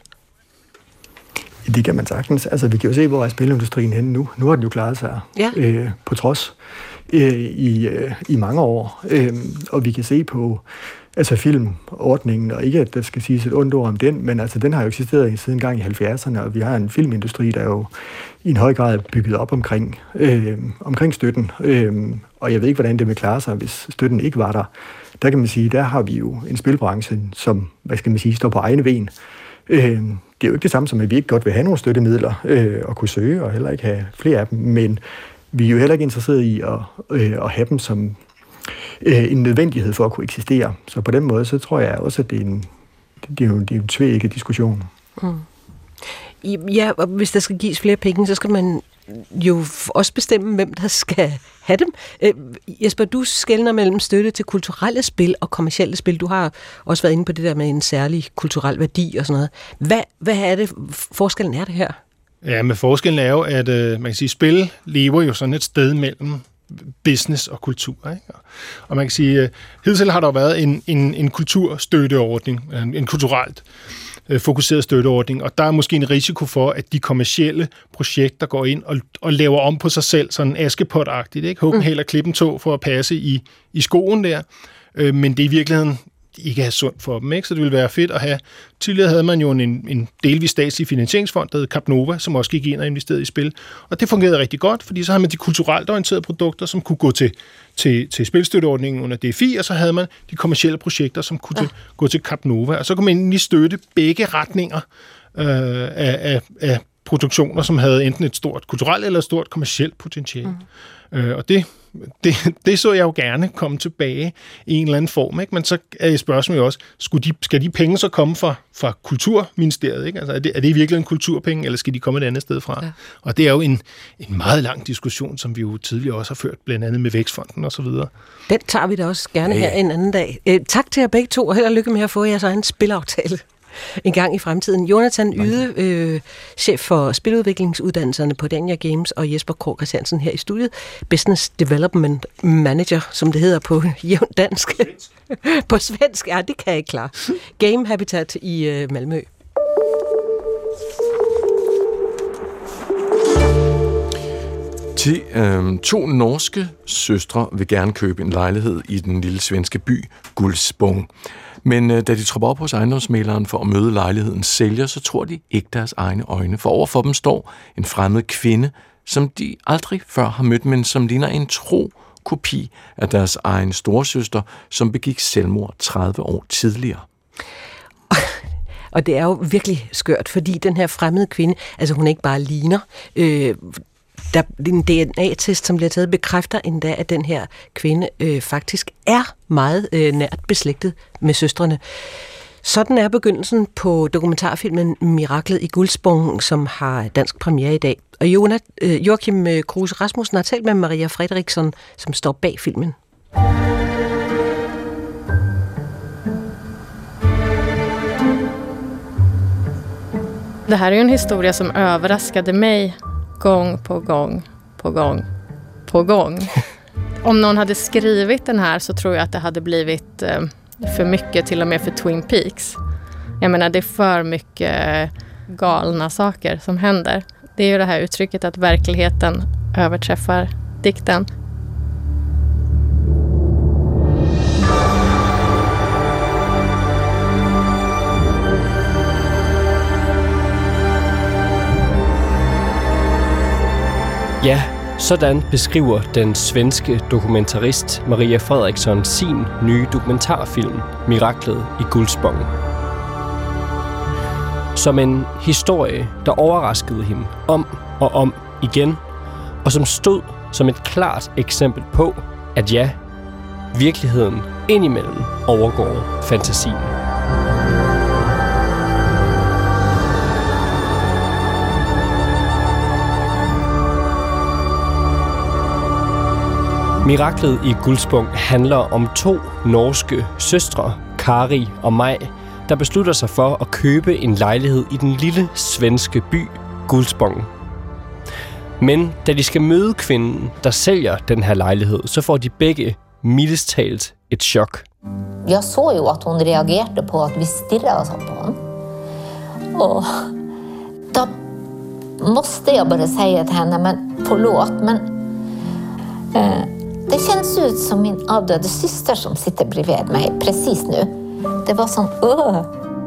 Det kan man sagtens. Altså, vi kan jo se, hvor er spilindustrien henne nu. Nu har den jo klaret sig ja. øh, på trods øh, i, øh, i mange år. Øh, og vi kan se på altså filmordningen, og ikke at der skal siges et ondt ord om den, men altså den har jo eksisteret siden gang i halvfjerdserne, og vi har en filmindustri, der jo i en høj grad er bygget op omkring, øh, omkring støtten. Øh, og jeg ved ikke, hvordan det vil klare sig, hvis støtten ikke var der. Der kan man sige, der har vi jo en spilbranche, som, hvad skal man sige, står på egne ben. Øh, det er jo ikke det samme som, at vi ikke godt vil have nogle støttemidler øh, og kunne søge, og heller ikke have flere af dem, men vi er jo heller ikke interesseret i at, øh, at have dem som øh, en nødvendighed for at kunne eksistere. Så på den måde, så tror jeg også, at det er en, det er jo, det er jo en tvækket diskussion. Mm. Ja, og hvis der skal gives flere penge, så skal man jo også bestemme, hvem der skal have dem. Øh, Jesper, du skelner mellem støtte til kulturelle spil og kommercielle spil. Du har også været inde på det der med en særlig kulturel værdi og sådan noget. Hvad, hvad er det, forskellen er det her? Ja, men forskellen er jo, at øh, man kan sige, spil lever jo sådan et sted mellem business og kultur. Ikke? Og man kan sige, at hidtil har der været en, en, en kulturstøtteordning, en, en kulturelt fokuseret støtteordning, og der er måske en risiko for, at de kommercielle projekter går ind og, og laver om på sig selv, sådan Askepot-agtigt, ikke? Huggen hæld og klippen tog for at passe i, i skoen der, øh, men det er i virkeligheden ikke er sundt for dem, ikke? Så det ville være fedt at have. Tidligere havde man jo en, en delvis statslig finansieringsfond, der hed Capnova, som også gik ind og investerede i spil, og det fungerede rigtig godt, fordi så havde man de kulturelt orienterede produkter, som kunne gå til til, til spilstøtteordningen under D F I, og så havde man de kommercielle projekter, som kunne ja. til, gå til Capnova, og så kunne man egentlig støtte begge retninger øh, af, af, af produktioner, som havde enten et stort kulturelt eller et stort kommercielt potentiale. Mm. Øh, og det, det, det så jeg jo gerne komme tilbage i en eller anden form. Ikke? Men så er spørgsmålet jo også, skulle de, skal de penge så komme fra, fra Kulturministeriet? Ikke? Altså, er, det, er det virkelig en kulturpenge, eller skal de komme et andet sted fra? Ja. Og det er jo en, en meget lang diskussion, som vi jo tidligere også har ført, blandt andet med Vækstfonden og så videre. Den tager vi da også gerne ja, ja. her en anden dag. Øh, tak til jer begge to, og held og lykke med at få jeres egen spilaftale en gang i fremtiden. Jonathan Yde, øh, chef for spiludviklingsuddannelserne på Dania Games, og Jesper Krog Christiansen her i studiet, Business Development Manager, som det hedder på jævn dansk. På svensk, ja, det kan jeg ikke klare. Game Habitat i øh, Malmø. Til, øh, to norske søstre vil gerne købe en lejlighed i den lille svenske by Gullspång. Men øh, da de tropper op hos ejendomsmæleren for at møde lejlighedens sælger, så tror de ikke deres egne øjne. For overfor dem står en fremmed kvinde, som de aldrig før har mødt, men som ligner en tro kopi af deres egen storesøster, som begik selvmord tredive år tidligere. Og det er jo virkelig skørt, fordi den her fremmede kvinde, altså hun ikke bare ligner, øh, der en D N A-test, som bliver taget, bekræfter endda, at den her kvinde øh, faktisk er meget øh, nært beslægtet med søstrene. Sådan er begyndelsen på dokumentarfilmen Miraklet i Gullspång, som har dansk premiere i dag. Og Jonas, øh, Joachim Kruse Rasmussen har talt med Maria Fredriksson, som står bag filmen. Det här är ju en historia som överraskade mig gång på gång på gång på gång. Om någon hade skrivit den här så tror jag att det hade blivit eh, för mycket, till och med för Twin Peaks. Jag menar, det är för mycket galna saker som händer. Det är ju det här uttrycket att verkligheten överträffar dikten. Ja, sådan beskriver den svenske dokumentarist Maria Fredriksson sin nye dokumentarfilm Miraklet i Gullspång. Som en historie, der overraskede hende om og om igen, og som stod som et klart eksempel på, at ja, virkeligheden indimellem overgår fantasien. Miraklet i Gullspång handler om to norske søstre, Kari og Maj, der beslutter sig for at købe en lejlighed i den lille svenske by Gullspång. Men da de skal møde kvinden, der sælger den her lejlighed, så får de begge mildest talt et chok. Jeg så jo, at hun reagerede på, at vi stirrede på henne. Og da måste jeg bare sige til henne, men forlåt, men eh, det känns ut som min avdøde syster som sitter bredvid mig precis nu. Det var sådan, åh.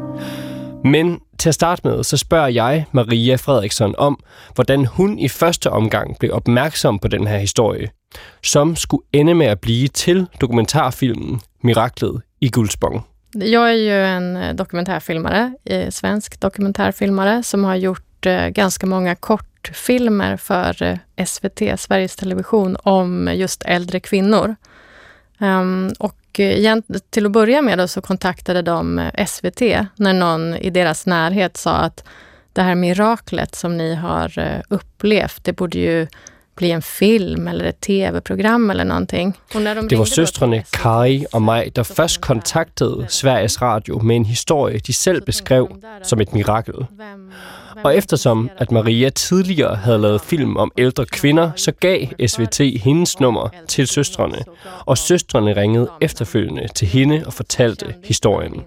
Men til at starte med, så spørger jeg Maria Fredriksson om, hvordan hun i første omgang blev opmærksom på den her historie, som skulle ende med at blive til dokumentarfilmen Miraklet i Gullspång. Jag är ju en dokumentärfilmare, svensk dokumentärfilmare, som har gjort ganska många kortfilmer för S V T, Sveriges Television, om just äldre kvinnor. Um, och till att börja med då så kontaktade de S V T när någon i deras närhet sa att det här miraklet som ni har upplevt, det borde ju bli en film eller et tv-program eller någonting. Det var søstrene Kari og Maj, der først kontaktede Sveriges Radio med en historie, de selv beskrev som et mirakel. Og eftersom at Maria tidligere havde lavet film om ældre kvinder, så gav S V T hendes nummer til søstrene, og søstrene ringede efterfølgende til hende og fortalte historien.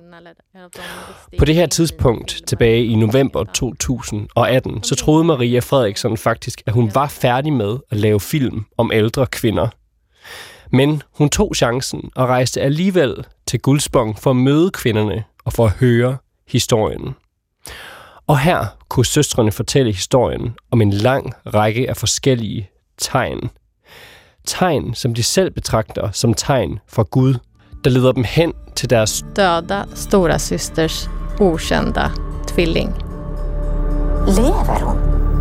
På det her tidspunkt, tilbage i november to tusind og atten, så troede Maria Fredriksson faktisk, at hun var færdig med at lave film om ældre kvinder. Men hun tog chancen og rejste alligevel til Gullspång for at møde kvinderne og for at høre historien. Og her kunne søstrene fortælle historien om en lang række af forskellige tegn. Tegn, som de selv betragter som tegn fra Gud, der leder dem hen til deres døde stora systers okända tvilling. Lever hun?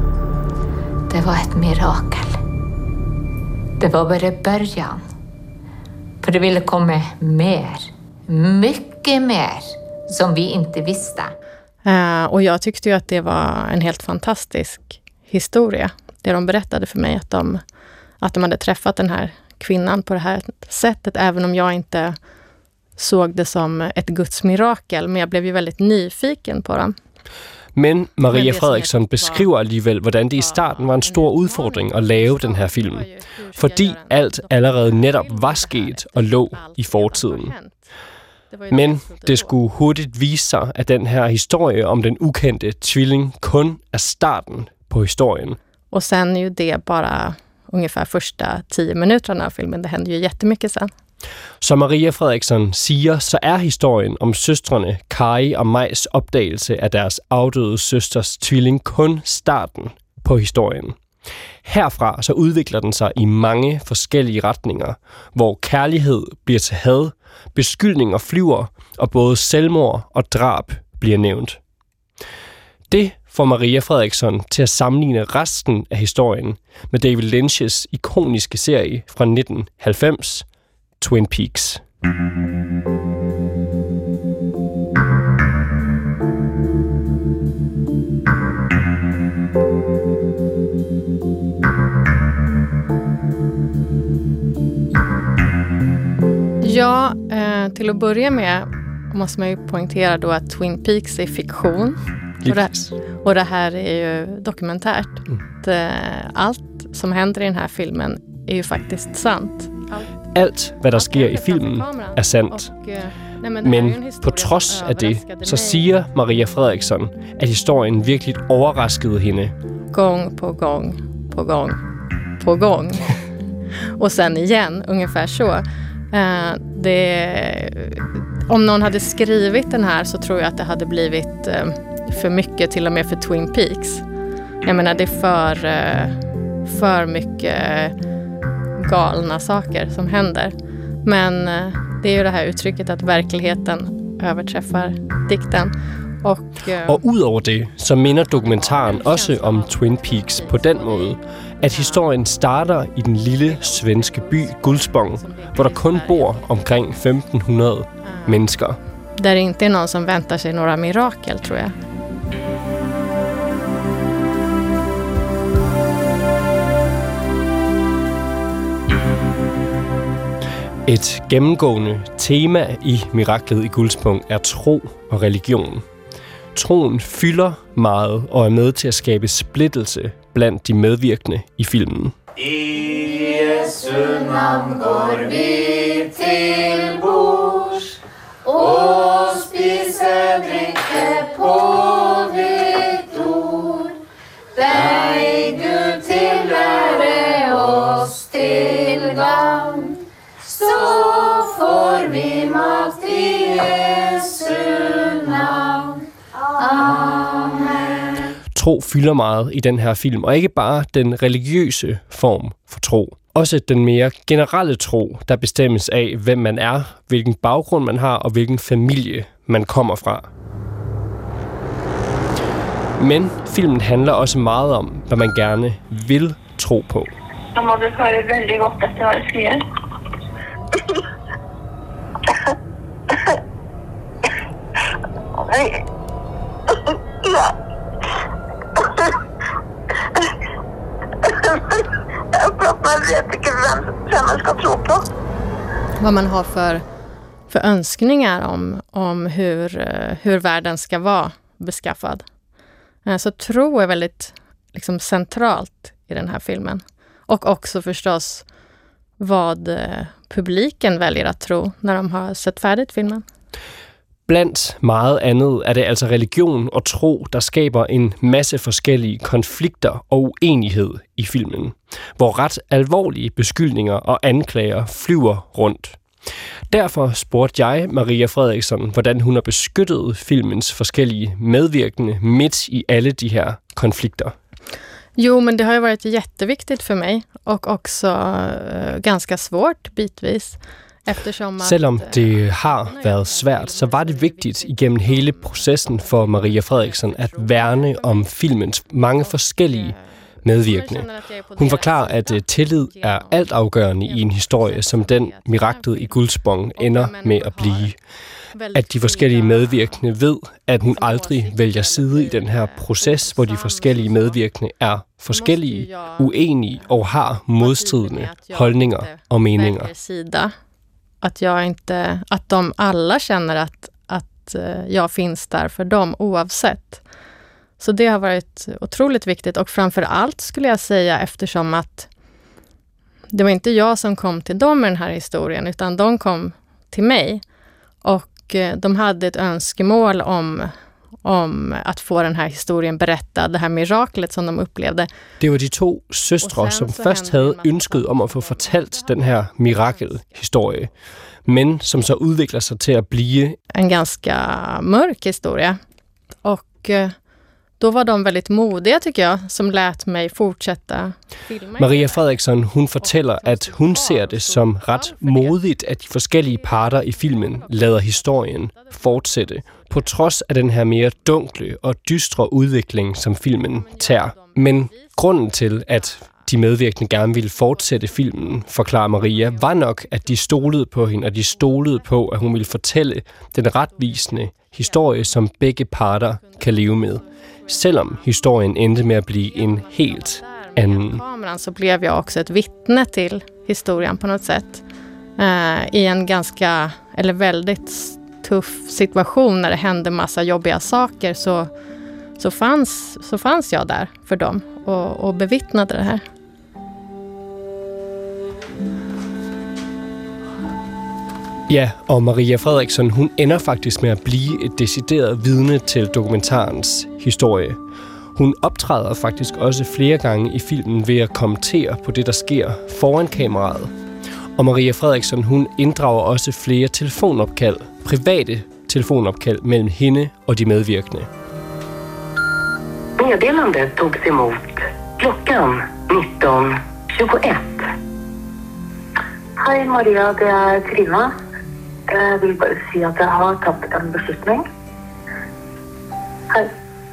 det var ett mirakel. Det var bara början. För det ville komma mer, mycket mer, som vi inte visste. Uh, och jag tyckte ju att det var en helt fantastisk historia. Det de berättade för mig, att de, att de hade träffat den här kvinnan på det här sättet, även om jag inte såg det som ett Guds mirakel, men jag blev ju väldigt nyfiken på dem. Men Maria Fredriksson beskriver alligevel, hvordan det i starten var en stor udfordring at lave den her film, fordi alt allerede netop var sket og lå i fortiden. Men det skulle hurtigt vise sig, at den her historie om den ukendte tvilling kun er starten på historien. Och sen är ju det bara ungefär första tio minuterna av filmen. Det händer ju jättemycket sen. Som Maria Fredriksson siger, så er historien om søstrene Kari og Majs opdagelse af deres afdøde søsters tvilling kun starten på historien. Herfra så udvikler den sig i mange forskellige retninger, hvor kærlighed bliver til had, beskyldninger flyver, og både selvmord og drab bliver nævnt. Det får Maria Fredriksson til at sammenligne resten af historien med David Lynch's ikoniske serie fra nitten halvfems, Twin Peaks. Ja, eh, till att börja med måste man ju poängtera då att Twin Peaks är fiktion. Och det, och det här är ju dokumentärt. Mm. Det, allt som händer i den här filmen är ju faktiskt sant. Alt, hvad der sker i filmen, er sandt. Men på trods af det, så siger Maria Fredriksson, at historien virkelig overraskede hende. Gång på gång, på gång, på gång. Och sen igen, ungefär så. Uh, det, om någon hade skrivit den här så tror jag att det hade blivit uh, för mycket, till och med för Twin Peaks. Jag menar, det är för, uh, för mycket galna saker som händer. Men uh, det är ju det här uttrycket att verkligheten överträffar dikten. Og, øh, og udover det, så minder dokumentaren også om Twin Peaks på den måde, at historien starter i den lille svenske by Gullspång, hvor der kun bor omkring femten hundrede mennesker. Der er ikke nogen, som venter sig några mirakel, tror jeg. Et gennemgående tema i Miraklet i Gullspång er tro og religion. Troen fylder meget og er med til at skabe splittelse blandt de medvirkende i filmen. I Jesu namn går vi til bords og spiser drikke på dit ord. Dig Gud tilvære os til gavn, så får vi magt i Jesu navn. Amen. Tro fylder meget i den her film, og ikke bare den religiøse form for tro. Også den mere generelle tro, der bestemmes af, hvem man er, hvilken baggrund man har og hvilken familie man kommer fra. Men filmen handler også meget om, hvad man gerne vil tro på. Jeg må det høre veldig godt efter hvad det sker. Ja. Jag vet inte vem man ska tro på. Vad man har för, för önskningar om, om hur, hur världen ska vara beskaffad. Så tro är väldigt liksom, centralt i den här filmen. Och också förstås vad publiken väljer att tro när de har sett færdigt filmen. Blandt meget andet er det altså religion og tro, der skaber en masse forskellige konflikter og uenighed i filmen, hvor ret alvorlige beskyldninger og anklager flyver rundt. Derfor spurgte jeg Maria Fredriksson, hvordan hun har beskyttet filmens forskellige medvirkende midt i alle de her konflikter. Jo, men det har ju varit jätteviktigt för mig och också uh, ganska svårt bitvis. Selvom det har været svært, så var det vigtigt igennem hele processen for Maria Fredriksson at værne om filmens mange forskellige medvirkende. Hun forklarer, at tillid er altafgørende i en historie, som den Miraklet i Guldspång ender med at blive. At de forskellige medvirkende ved, at hun aldrig vælger side i den her proces, hvor de forskellige medvirkende er forskellige, uenige og har modstridende holdninger og meninger. Att jag inte, att de alla känner att, att jag finns där för dem oavsett. Så det har varit otroligt viktigt, och framför allt skulle jag säga, eftersom att det var inte jag som kom till dem med den här historien, utan de kom till mig, och de hade ett önskemål om om at få den her historien berettet, det her miraklet, som de oplevede. Det var de to søstre, som først havde ønsket om at få fortalt den her mirakelhistorie, men som så udvikler sig til at blive en ganska mörk historia. Och då var de väldigt modiga, tycker jag, som lät mig fortsätta filma. Maria Fredriksson, hun fortæller, at hun ser det som ret modigt, at de forskellige parter i filmen lader historien fortsætte, på trods af den her mere dunkle og dystre udvikling, som filmen tager. Men grunden til, at de medvirkende gerne ville fortsætte filmen, forklarer Maria, var nok, at de stolede på hende, og de stolede på, at hun ville fortælle den retvisende historie, som begge parter kan leve med. Selvom historien endte med at blive en helt anden. Kameran så blev jag också ett vittne till historien på något sätt. Uh, I en ganska, eller väldigt tuff situation när det hände massa jobbiga saker, så, så, fanns, så fanns jag där för dem och, och bevittnade det här. Ja, og Maria Fredriksson, hun ender faktisk med at blive et decideret vidne til dokumentarens historie. Hun optræder faktisk også flere gange i filmen ved at kommentere på det, der sker foran kameraet. Og Maria Fredriksson, hun inddrager også flere telefonopkald, private telefonopkald mellem hende og de medvirkende. Meddelandet togs emot klockan nitton tjugoett. Hej Maria, det er Trina. Jeg vil bare sige, at jeg har taget en beslutning. Hej.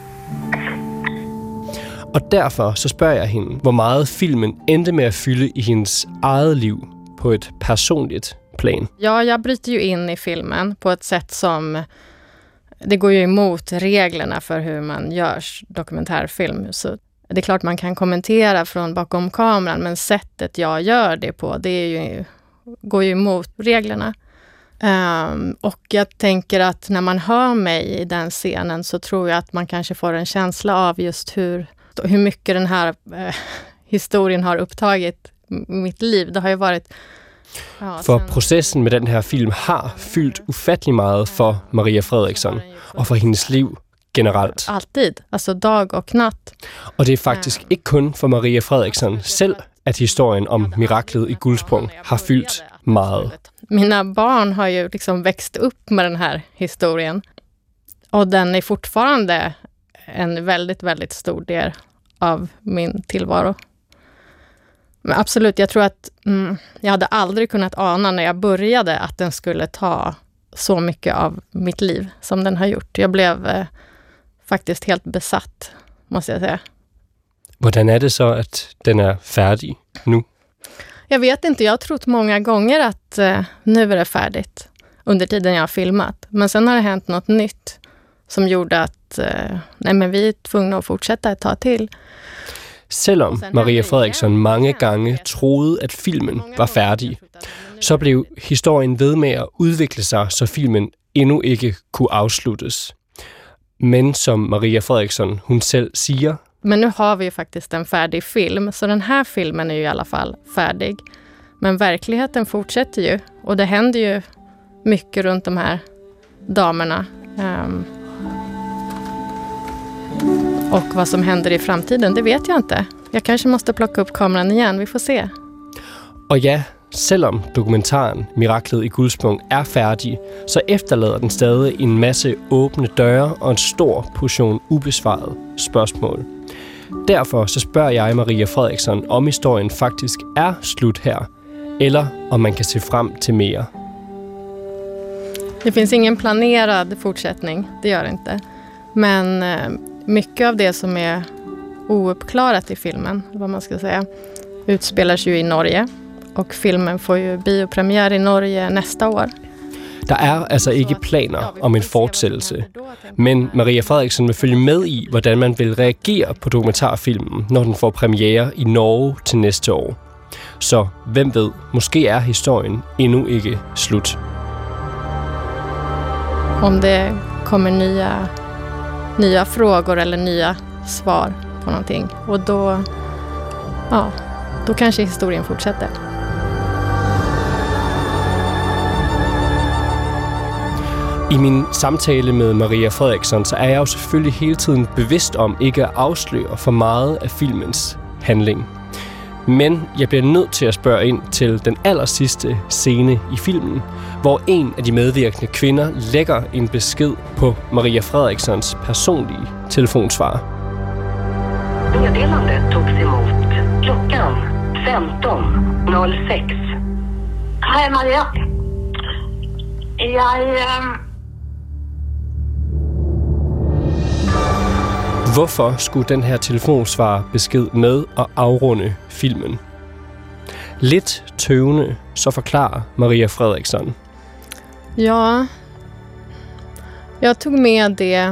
Og derfor så spørger jeg hende, hvor meget filmen endte med at fylde i hendes eget liv på et personligt plan. Ja, jag bryter ju in i filmen på ett sätt som det går ju emot reglerna för hur man gör dokumentärfilm. Så det är klart man kan kommentera från bakom kameran, men sättet jag gör det på, det är ju, går ju emot reglerna. Um, och jag tänker att när man hör mig i den scenen så tror jag att man kanske får en känsla av just hur, hur mycket den här eh, historien har upptagit mitt liv. Det har ju varit... Ja, for processen med den her film har fyldt ufattelig meget for Maria Fredriksson og for hendes liv generelt. Altid, altså dag og natt. Og det er faktisk ikke kun for Maria Fredriksson selv, at historien om miraklet i Guldspång har fyldt meget. Mina barn har ju liksom växt upp med den här historien. Och den är fortfarande en väldigt, väldigt stor del av min tillvaro. Men absolut, jag tror att mm, jag hade aldrig kunnat ana när jag började att den skulle ta så mycket av mitt liv som den har gjort. Jag blev eh, faktiskt helt besatt, måste jag säga. Hvordan är det så att den är färdig nu? Jag vet inte, jag har trott många gånger att eh, nu är det färdigt under tiden jag har filmat. Men sen har det hänt något nytt som gjorde att eh, nej, men vi är tvungna att fortsätta ett tag till. Selvom Maria Fredriksson mange gange troede, at filmen var færdig, så blev historien ved med at udvikle sig, så filmen endnu ikke kunne afsluttes. Men som Maria Fredriksson, hun selv siger... Men nu har vi ju faktiskt en färdig film, så den här filmen är ju i alla fall färdig. Men verkligheten fortsätter ju, och det händer ju mycket runt de här damerna. Um, och vad som händer i framtiden, det vet jag inte. Jag kanske måste plocka upp kameran igen, vi får se. Og ja, selvom dokumentaren Miraklet i Guldspång er færdig, så efterlader den stadig en masse åbne døre og en stor portion ubesvarede spørgsmål. Derfor så spørger jeg Maria Fredriksson, om historien faktisk er slut her, eller om man kan se frem til mere. Det finns ingen planerad fortsättning, det gör det inte. Men mycket av det som är ouppklarat i filmen, vad man ska säga, utspelar sig ju i Norge. Och filmen får ju biopremiär i Norge næsta år. Der er altså ikke planer om en fortsættelse, men Maria Fredriksson vil følge med i, hvordan man vil reagere på dokumentarfilmen, når den får premiere i Norge til næste år. Så hvem ved, måske er historien endnu ikke slut. Om det kommer nya, nya frågor eller nya svar på någonting. Och då, ja, då kanske historien fortsätter. I min samtale med Maria Fredriksson, så er jeg jo selvfølgelig hele tiden bevidst om ikke at afsløre for meget af filmens handling. Men jeg bliver nødt til at spørge ind til den allersidste scene i filmen, hvor en af de medvirkende kvinder lægger en besked på Maria Fredrikssons personlige telefonsvarer. Meddelandet togs emot klockan femton nul sex. Hej Maria. Jeg... Øh... Hvorfor skulle den her telefonsvarer besked med at afrunde filmen? Lidt tøvende, så forklarer Maria Fredriksson. Ja, jag tog med det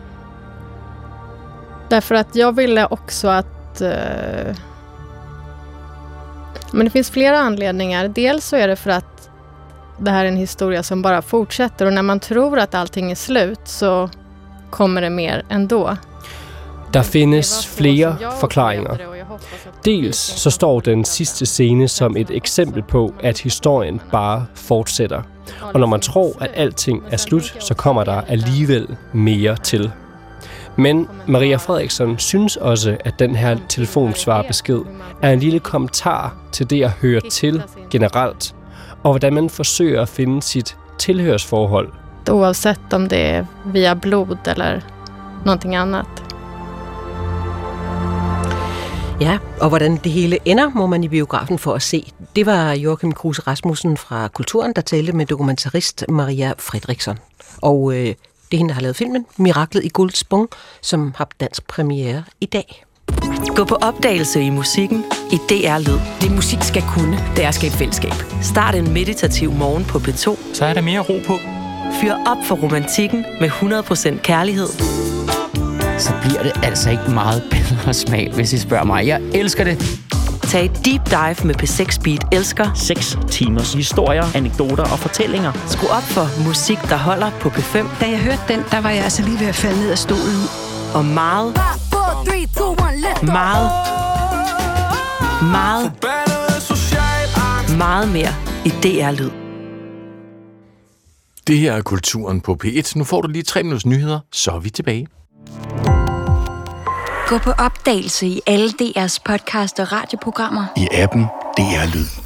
därför att jag ville också att uh, men det finns flera anledningar. Dels så är det för att det här är en historia som bara fortsätter, och när man tror att allting är slut så kommer det mer ändå. Der findes flere forklaringer. Dels så står den sidste scene som et eksempel på, at historien bare fortsætter. Og når man tror, at alting er slut, så kommer der alligevel mere til. Men Maria Fredriksson synes også, at den her telefonsvarbesked er en lille kommentar til det at høre til generelt, og hvordan man forsøger at finde sit tilhørsforhold. Oavsett om det er via blod eller någonting annat. Ja, og hvordan det hele ender, må man i biografen for at se. Det var Joachim Kruse Rasmussen fra Kulturen, der talte med dokumentarist Maria Fredriksson. Og øh, det er hende, der har lavet filmen Miraklet i Guldspung, som har dansk premiere i dag. Gå på opdagelse i musikken i D R Lyd. Det musik skal kunne, det er at skabe fællesskab. Start en meditativ morgen på P to. Så er der mere ro på. Fyr op for romantikken med hundrede procent kærlighed. Så bliver det altså ikke meget bedre smag, hvis I spørger mig. Jeg elsker det. Tag et deep dive med P seks Beat elsker. seks timers historier, anekdoter og fortællinger. Skru op for musik, der holder på P fem. Da jeg hørte den, der var jeg altså lige ved at falde ned af stolen. Og meget, meget, meget, meget mere i D R Lyd. Det her er Kulturen på P et. Nu får du lige tre minutters nyheder, så er vi tilbage. Gå på opdagelse i alle D R's podcast og radioprogrammer. I appen D R Lyd.